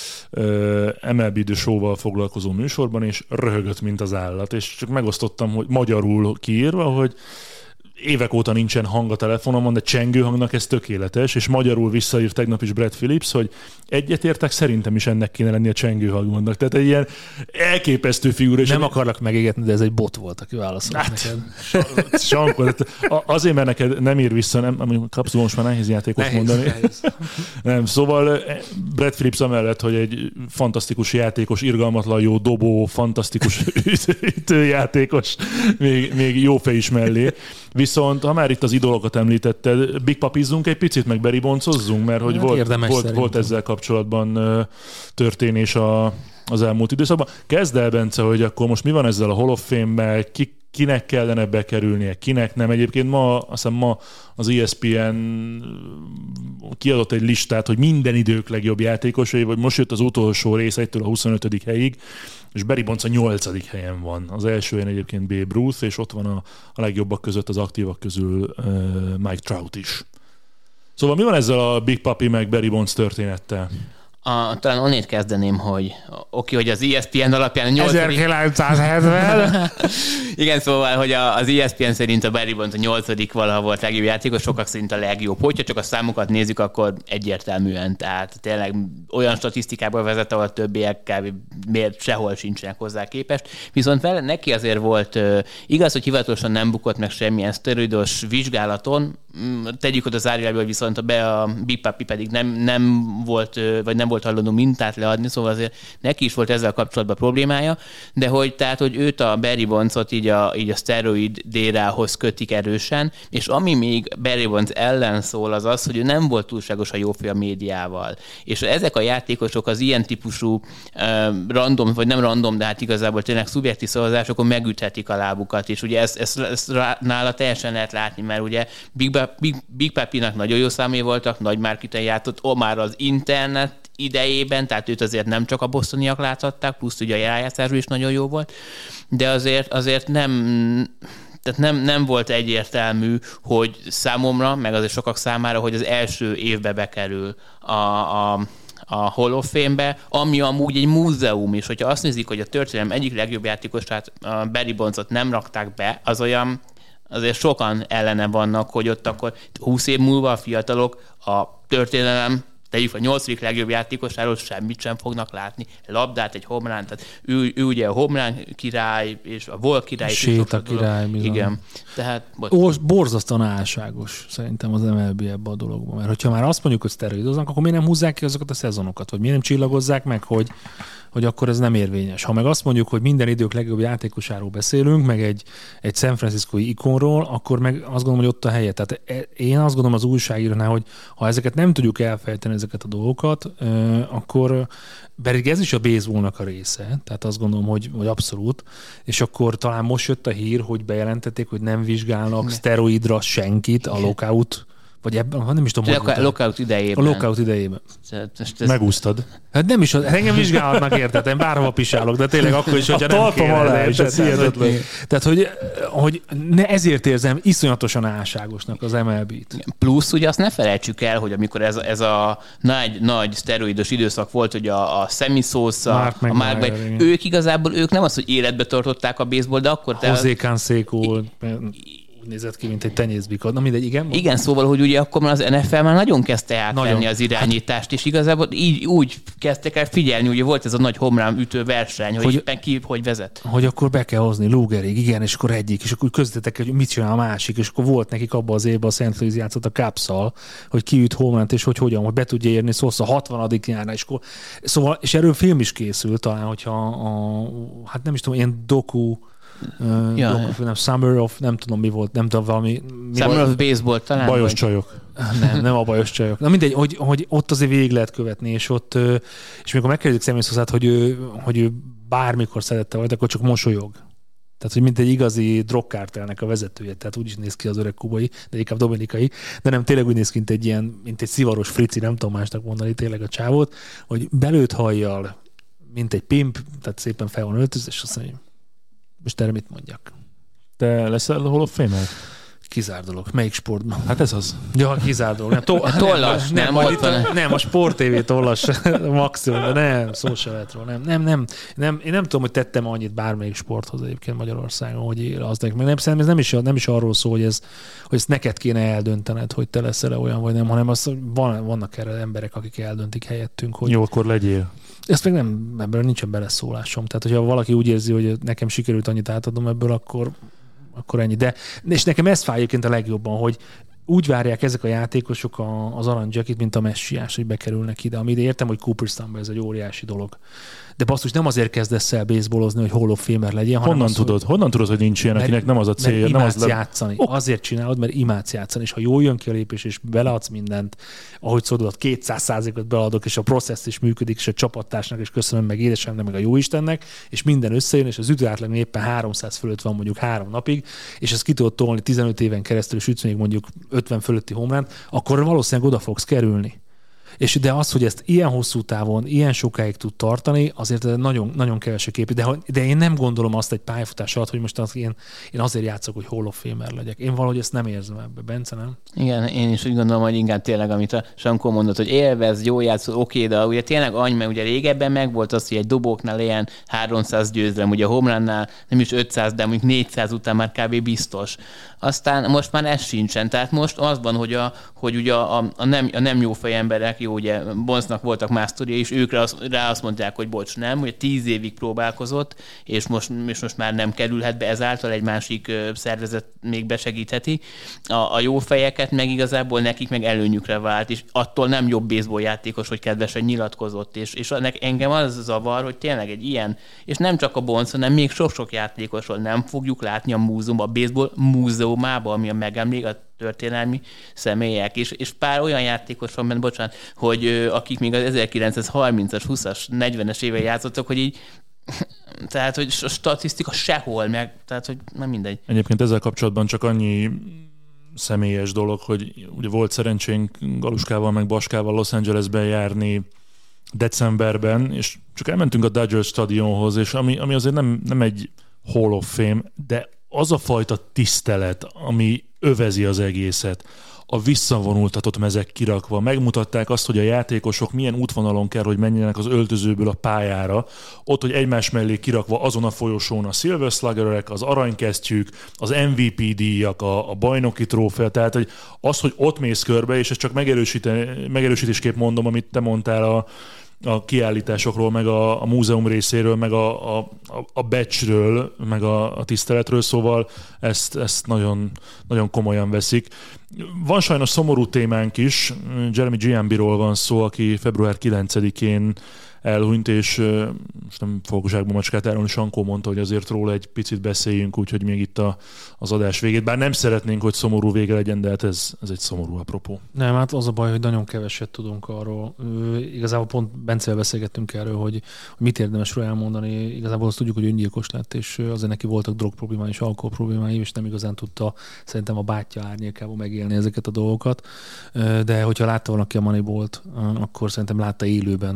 S4: MLB The Show-val foglalkozó műsorban, és röhögött, mint az állat. És csak megosztottam, hogy magyarul kiírva, hogy évek óta nincsen hang a telefonomon, de csengő hangnak ez tökéletes, és magyarul visszaírt tegnap is Brad Phillips, hogy egyetértek, szerintem is ennek kéne lenni a csengő hangnak. Tehát egy ilyen elképesztő figura.
S6: Nem akarlak megégetni, de ez egy bot volt, aki válaszolt neked.
S4: Sankor, azért, mert neked nem ír vissza, nem, kapsz most már nehéz játékot mondani. Nehéz. Nem, szóval Brad Phillips amellett, hogy egy fantasztikus játékos, irgalmatlan jó dobó, fantasztikus ütőjátékos, még jó fej is mellé. Viszont, ha már itt az idolokat említetted, Big Papizzunk egy picit, meg beriboncozzunk, mert hogy volt ezzel kapcsolatban történés az elmúlt időszakban. Kezd el, Bence, hogy akkor most mi van ezzel a Hall of Fame-mel, kinek kellene bekerülnie, kinek nem. Egyébként ma az ESPN kiadott egy listát, hogy minden idők legjobb játékosai, vagy most jött az utolsó rész 1-től a 25. helyig, és Barry Bonds a 8. helyen van. Az első helyen egyébként Babe Ruth, és ott van a legjobbak között, az aktívak közül Mike Trout is. Szóval mi van ezzel a Big Papi meg Barry Bonds történettel?
S5: Talán onnét kezdeném, hogy hogy az ESPN alapján
S6: 1970.
S5: Igen, szóval, hogy az ESPN szerint a Barry Bonds a 8. valaha volt legjobb játékos, sokak szerint a legjobb. Hogyha csak a számokat nézzük, akkor egyértelműen. Tehát tényleg olyan statisztikából vezet, ahol a többiek kb. Sehol sincsenek hozzá képest. Viszont neki azért volt igaz, hogy hivatalosan nem bukott meg semmilyen szteroidos vizsgálaton, tegyük oda zárójelből, viszont a Big Papi pedig nem volt, vagy nem volt hajlandó mintát leadni, szóval azért neki is volt ezzel kapcsolatban problémája, de hogy őt a Barry Bondsot így a szteroid dérához kötik erősen, és ami még Barry Bonds ellen szól, az, hogy ő nem volt túlságosan jó fej a médiával. És ezek a játékosok az ilyen típusú random, vagy nem random, de hát igazából tényleg szubjektív szavazásokon megüthetik a lábukat, és ugye ezt nála teljesen lehet látni, mert ugye Big Papinak nagyon jó számai voltak, nagy marketen játszott, már az internet idejében, tehát őt azért nem csak a bostoniak láthatták, plusz ugye a rájátszású is nagyon jó volt, de azért nem volt egyértelmű, hogy számomra, meg azért sokak számára, hogy az első évbe bekerül a Hall of Fame-be, ami amúgy egy múzeum is. Hogyha azt nézik, hogy a történelem egyik legjobb játékosát, a Barry Bondsot nem rakták be, az olyan, azért sokan ellene vannak, hogy ott akkor 20 év múlva a fiatalok a történelem tegyük fel 8. legjobb játékosáról semmit sem fognak látni. Labdát, egy home run, tehát ő ugye a home run király, és a volt király.
S6: Séta király.
S5: Igen. Tehát,
S6: borzasztóan álságos szerintem az MLB ebbe a dologban. Mert hogyha már azt mondjuk, hogy szteroidoznak, akkor miért nem húzzák ki azokat a szezonokat? Vagy miért nem csillagozzák meg, hogy akkor ez nem érvényes. Ha meg azt mondjuk, hogy minden idők legjobb játékosáról beszélünk, meg egy San Francisco-i ikonról, akkor meg azt gondolom, hogy ott a helye. Tehát én azt gondolom az újságírónál, hogy ha ezeket nem tudjuk elfejteni, ezeket a dolgokat, akkor pedig ez is a baseballnak a része, tehát azt gondolom, hogy abszolút, és akkor talán most jött a hír, hogy bejelentették, hogy nem vizsgálnak szteroidra senkit a lockout, vagy ebben, nem is tudom,
S5: hogy lockout idejében.
S6: A lockout idejében.
S4: Megúsztad.
S6: Hát nem is, engem vizsgálhatnak, érted? Én bárhova pisálok, de tényleg akkor is, hogyha nem kéne.
S4: Alá, ez hihetetlen.
S6: Tehát, hogy ezért érzem iszonyatosan álságosnak az MLB-t.
S5: Plusz ugye azt ne felejtsük el, hogy amikor ez a nagy szteroidos időszak volt, hogy a Sammy Sosa, a Mark, ők nem az, hogy életbe tartották a baseball, de akkor...
S6: José Canseco nézett ki, mint egy tenyészbikad. Na mindegy, igen?
S5: Igen, szóval, hogy ugye akkor az NFL már nagyon kezdte átvenni az irányítást, és igazából így úgy kezdtek el figyelni, ugye volt ez a nagy home run ütő verseny, hogy éppen ki hogy vezet.
S6: Hogy akkor be kell hozni Lugerig, igen, és akkor egyik, és akkor közöttetek, hogy mit csinál a másik, és akkor volt nekik abban az évben a St. Louis játszott a Cubs-szal, hogy ki üt home runt, és hogy be tudja érni Sosa 60. nyárra, és akkor, szóval, és erről film is készült talán, hogyha hát nem is tudom, ilyen doku, Summer of, nem tudom mi volt, nem tudom valami...
S5: Summer of Baseball talán?
S4: Bajos csajok.
S6: Nem a bajos csajok. Na mindegy, hogy ott azért végig lehet követni, és ott, és mikor megkérdezik Sammy Sosát, hogy ő bármikor szerette vagy, akkor csak mosolyog. Tehát, hogy mint egy igazi drogkártelnek a vezetője, tehát úgy is néz ki az öreg kubai, de inkább dominikai, de nem, tényleg úgy néz ki, mint egy szivaros frici, nem tudom másnak mondani tényleg a csávót, hogy belőtt hajjal, mint egy pimp, tehát szépen fel van öltözve, és azt mondja, most erre mit mondjak?
S4: Te leszel a Hall of Famer?
S6: Kizár dolog. Melyik sportban?
S4: Hát ez az.
S6: Ja, kizár dolog.
S5: Tollas.
S6: Nem, a Sport TV tollas maximum, de nem, szó se lehet róla. Nem. Én nem tudom, hogy tettem annyit bármelyik sporthoz egyébként Magyarországon, hogy az meg szerintem ez nem is arról szól, hogy ezt neked kéne eldöntened, hogy te leszel olyan vagy nem, hanem az, vannak erre emberek, akik eldöntik helyettünk. Hogy...
S4: Jó, akkor legyél.
S6: Ezt meg nem, ebből nincsen beleszólásom. Tehát, hogyha valaki úgy érzi, hogy nekem sikerült annyit átadom ebből, akkor ennyi. És nekem ez fáj egyébként a legjobban, hogy úgy várják ezek a játékosok az aranyjackit, mint a messiás, hogy bekerülnek ide. Amit értem, hogy Cooperstownban ez egy óriási dolog. De basszus, nem azért kezdesz el baseballozni, hogy Hall of Famer legyen, hanem
S4: Honnan tudod, hogy nincs ilyen, akinek nem az a célja?
S6: Mert imádsz játszani. Azért csinálod, mert imádsz játszani, és ha jól jön ki a lépés, és beleadsz mindent, ahogy szólod, 200%-ot beleadok, és a processz is működik, és a csapattársnak is köszönöm, meg édesemnek, meg a jóistennek, és minden összejön, és az ütőátlag éppen 300 fölött van mondjuk 3 napig, és ezt ki tudod tolni 15 éven keresztül, és ütsz még mondjuk 50 fölötti home runt, akkor valószínűleg oda fogsz kerülni. De az, hogy ezt ilyen hosszú távon, ilyen sokáig tud tartani, azért nagyon, nagyon kevesek épít. De én nem gondolom azt egy pályafutás alatt, hogy most én azért játszok, hogy Hall of Famer legyek. Én valahogy ezt nem érzem ebbe. Bence, nem?
S5: Igen, én is úgy gondolom, hogy inkább tényleg, amit a Sankó mondott, hogy élvez, jó játszol, oké, de ugye tényleg annyi, mert ugye régebben meg volt az, hogy egy dobóknál ilyen 300 győzelem, ugye a home runnál nem is 500, de mondjuk 400 után már kb. Biztos. Aztán most már ez sincsen. Tehát most az van, hogy ugye a nem jó fejemberek, jó, ugye Bonznak voltak más sztoria, és ők rá azt mondták, hogy bocs, nem, hogy 10 évig próbálkozott, és most már nem kerülhet be, ezáltal egy másik szervezet még besegítheti. A jó fejeket meg igazából nekik meg előnyükre vált, és attól nem jobb baseball játékos, hogy kedvesen nyilatkozott, és engem az zavar, hogy tényleg egy ilyen, és nem csak a Bonz, hanem még sok-sok játékosról nem fogjuk látni a múzeumban, a baseball múzeumában, ami a megemlék, a történelmi személyek, és pár olyan játékos van benne, bocsánat, hogy akik még az 1930-as, 20-as, 40-es éve játszottak, hogy így tehát, hogy a statisztika sehol meg, tehát, hogy nem mindegy.
S4: Egyébként ezzel kapcsolatban csak annyi személyes dolog, hogy ugye volt szerencsénk Galuskával meg Baskával Los Angelesben járni decemberben, és csak elmentünk a Dodger stadionhoz, és ami azért nem egy Hall of Fame, de az a fajta tisztelet, ami övezi az egészet, a visszavonultatott mezek kirakva. Megmutatták azt, hogy a játékosok milyen útvonalon kell, hogy menjenek az öltözőből a pályára. Ott, hogy egymás mellé kirakva azon a folyosón a Silver Sluggerek, az aranykesztyűk, az MVP díjak, a bajnoki trófea. Tehát hogy az, hogy ott mész körbe, és ezt csak megerősítésképp mondom, amit te mondtál a kiállításokról, meg a múzeum részéről, meg a badge-ről, meg a tiszteletről, szóval ezt nagyon, nagyon komolyan veszik. Van sajnos szomorú témánk is, Jeremy Giambiról van szó, aki február 9-én elhunyt, és most nem fogok zsákba macskát árulni, Sankó mondta, hogy azért róla egy picit beszéljünk, úgyhogy még itt az adás végét. Bár nem szeretnénk, hogy szomorú vége legyen, de hát ez egy szomorú apropó.
S6: Nem, hát az a baj, hogy nagyon keveset tudunk arról. Igazából pont Bencével beszélgettünk erről, hogy mit érdemes róla elmondani. Igazából azt tudjuk, hogy öngyilkos lett, és azért neki voltak drog problémái és alkohol problémái, és nem igazán tudta szerintem a bátyja árnyékában megélni ezeket a dolgokat. De hogyha látta valaki a Moneyballt, akkor szerintem látta élőben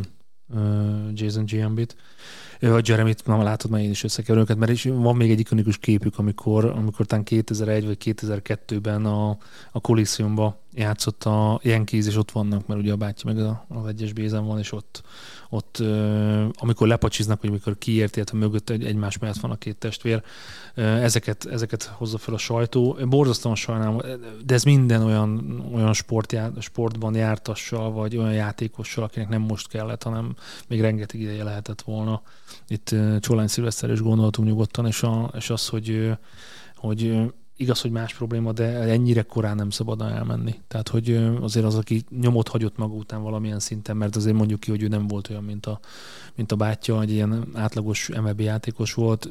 S6: Jason Giambit, vagy Jeremyt, már látod, mert én is összekeverem őket, mert is van még egy ikonikus képük, amikor talán 2001 vagy 2002-ben a Coliseumban játszott a Yankees, és ott vannak, mert ugye a bátyja meg az egyes bézen van, és ott amikor lepacsiznak, vagy amikor kiért, illetve mögött egymás mellett van a két testvér, ezeket hozza fel a sajtó. Borzasztóan sajnálom, de ez minden olyan sportban jártassal, vagy olyan játékossal, akinek nem most kellett, hanem még rengeteg ideje lehetett volna. Itt Csolány Szilveszter is gondoltunk nyugodtan, és az, hogy igaz, hogy más probléma, de ennyire korán nem szabad elmenni. Tehát, hogy azért az, aki nyomot hagyott maga után valamilyen szinten, mert azért mondjuk ki, hogy ő nem volt olyan, mint a bátyja, egy ilyen átlagos MLB játékos volt,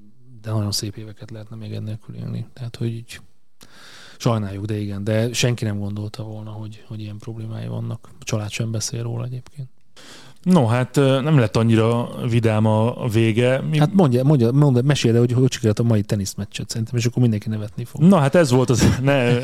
S6: de nagyon szép éveket lehetne még ennélkül élni. Tehát, hogy így sajnáljuk, de igen, de senki nem gondolta volna, hogy ilyen problémái vannak. A család sem beszél róla egyébként.
S4: No, hát nem lett annyira vidám a vége.
S6: Hát mondja, mesélj, de hogy sikerült a mai teniszmeccset szerintem, és akkor mindenki nevetni fog.
S4: Na, hát ez volt az...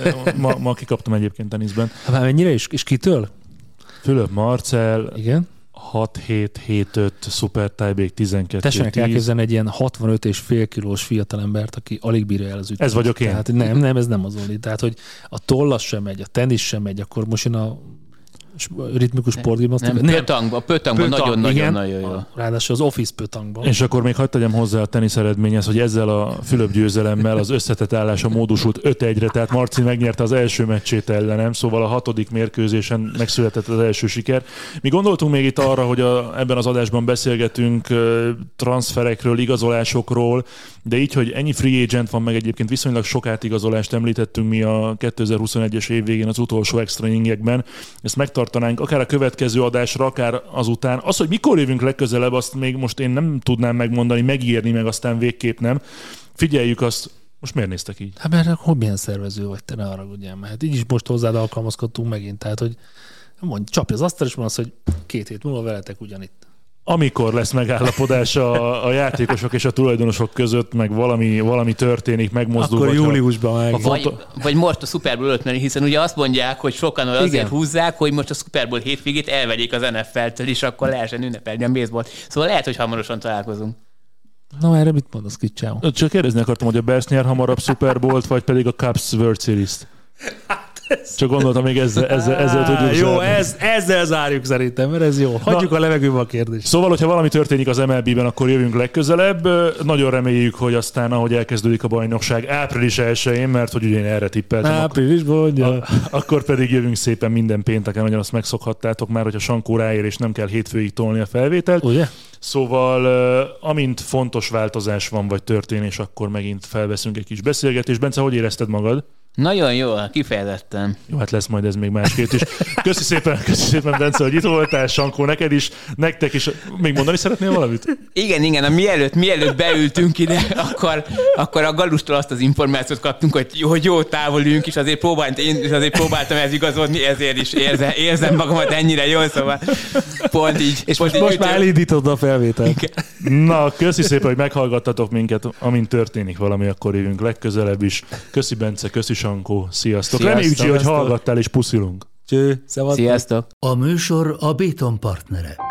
S4: Ma kikaptam egyébként teniszben.
S6: Hát mennyire is? És kitől?
S4: Fülöp Marcell.
S6: Igen.
S4: 6-7, 7-5, Super Tiebreak 12-10.
S6: Tessenek elképzelni egy ilyen 65,5 kilós fiatalembert, aki alig bírja el az ütést.
S4: Ez vagyok én.
S6: Tehát nem, ez nem az Oli. Tehát, hogy a tollas sem megy, a tenisz sem megy, akkor most jön a ritmikus sportgimnasztika.
S5: A pötangban nagyon-nagyon jó.
S6: Ráadásul az office pötangban.
S4: És akkor még hagyd tegyem hozzá a tenisz eredményhez, hogy ezzel a Fülöp győzelemmel az összetett állása módosult 5-1-re, tehát Marci megnyerte az első meccsét ellenem, szóval a 6. mérkőzésen megszületett az első siker. Mi gondoltunk még itt arra, hogy ebben az adásban beszélgetünk transferekről, igazolásokról, de így, hogy ennyi free agent van, meg egyébként viszonylag sok átigazolást említettünk mi a 2021-es év végén az utolsó extra inningekben, ezt megtartanánk akár a következő adásra, akár azután. Az, hogy mikor jövünk legközelebb, azt még most én nem tudnám megmondani, megírni, meg aztán végképp nem. Figyeljük azt. Most miért néztek így?
S6: Hát mert hogy milyen szervező vagy, te ne haragudjál, mert így is most hozzád alkalmazkodtunk megint, tehát hogy mondj, csapj az asztal, és van az, hogy 2 hét múlva veletek ugyanitt.
S4: Amikor lesz megállapodás a játékosok és a tulajdonosok között, meg valami történik, megmozdul.
S6: Akkor júliusban meg.
S5: Vagy most a Super Bowl 5, hiszen ugye azt mondják, hogy sokan azért húzzák, hogy most a Super Bowl hétvégét elvegyék az NFL-től, és akkor lehessen ünnepelni a baseballt. Szóval lehet, hogy hamarosan találkozunk.
S6: Na, erre mit mondasz, Kicsáó?
S4: Csak kérdezni akartam, hogy a Bears nyer hamarabb Super Bowl-t, vagy pedig a Cubs World Series-t. Csak gondoltam, még ezzel tudjuk
S6: jó, ezzel zárjuk szerintem, mert ez jó. Hagyjuk a levegőbe a kérdést.
S4: Szóval, hogyha valami történik az MLB-ben, akkor jövünk legközelebb. Nagyon reméljük, hogy aztán, ahogy elkezdődik a bajnokság április 1-én, mert hogy ugye én erre tippeltem.
S6: Áprilisban, ugye.
S4: Akkor pedig jövünk szépen minden pénteken, nagyon azt megszokhattátok már, hogyha Sankó ráér, és nem kell hétfőig tolni a felvételt.
S6: Ugye?
S4: Szóval, amint fontos változás van, vagy történés, akkor megint felveszünk egy kis beszélgetést. Bence, hogy érezted magad?
S5: Nagyon jó, kifejezetten.
S4: Jó, hát lesz majd ez még másképp is. Köszi szépen, Bence, hogy itt voltál, Sankó, neked is, nektek is. Még mondani szeretnél valamit?
S5: Igen, mielőtt beültünk ide, akkor a Galustól azt az információt kaptunk, hogy jó távolünk, és azért próbáltam ez igazodni, ezért is érzem magamat ennyire jól, szóval pont így.
S6: És most már elindítod a felvételt.
S4: Na, köszi szépen, hogy meghallgattatok minket, amint történik valami, akkor jövünk legközelebb is. Köszi Bence, köszi Sankó, sziasztok. Reméljük, hogy hallgattál, és puszilunk.
S6: Cső, szevasztok.
S5: Sziasztok.
S1: A műsor a Béton partnere.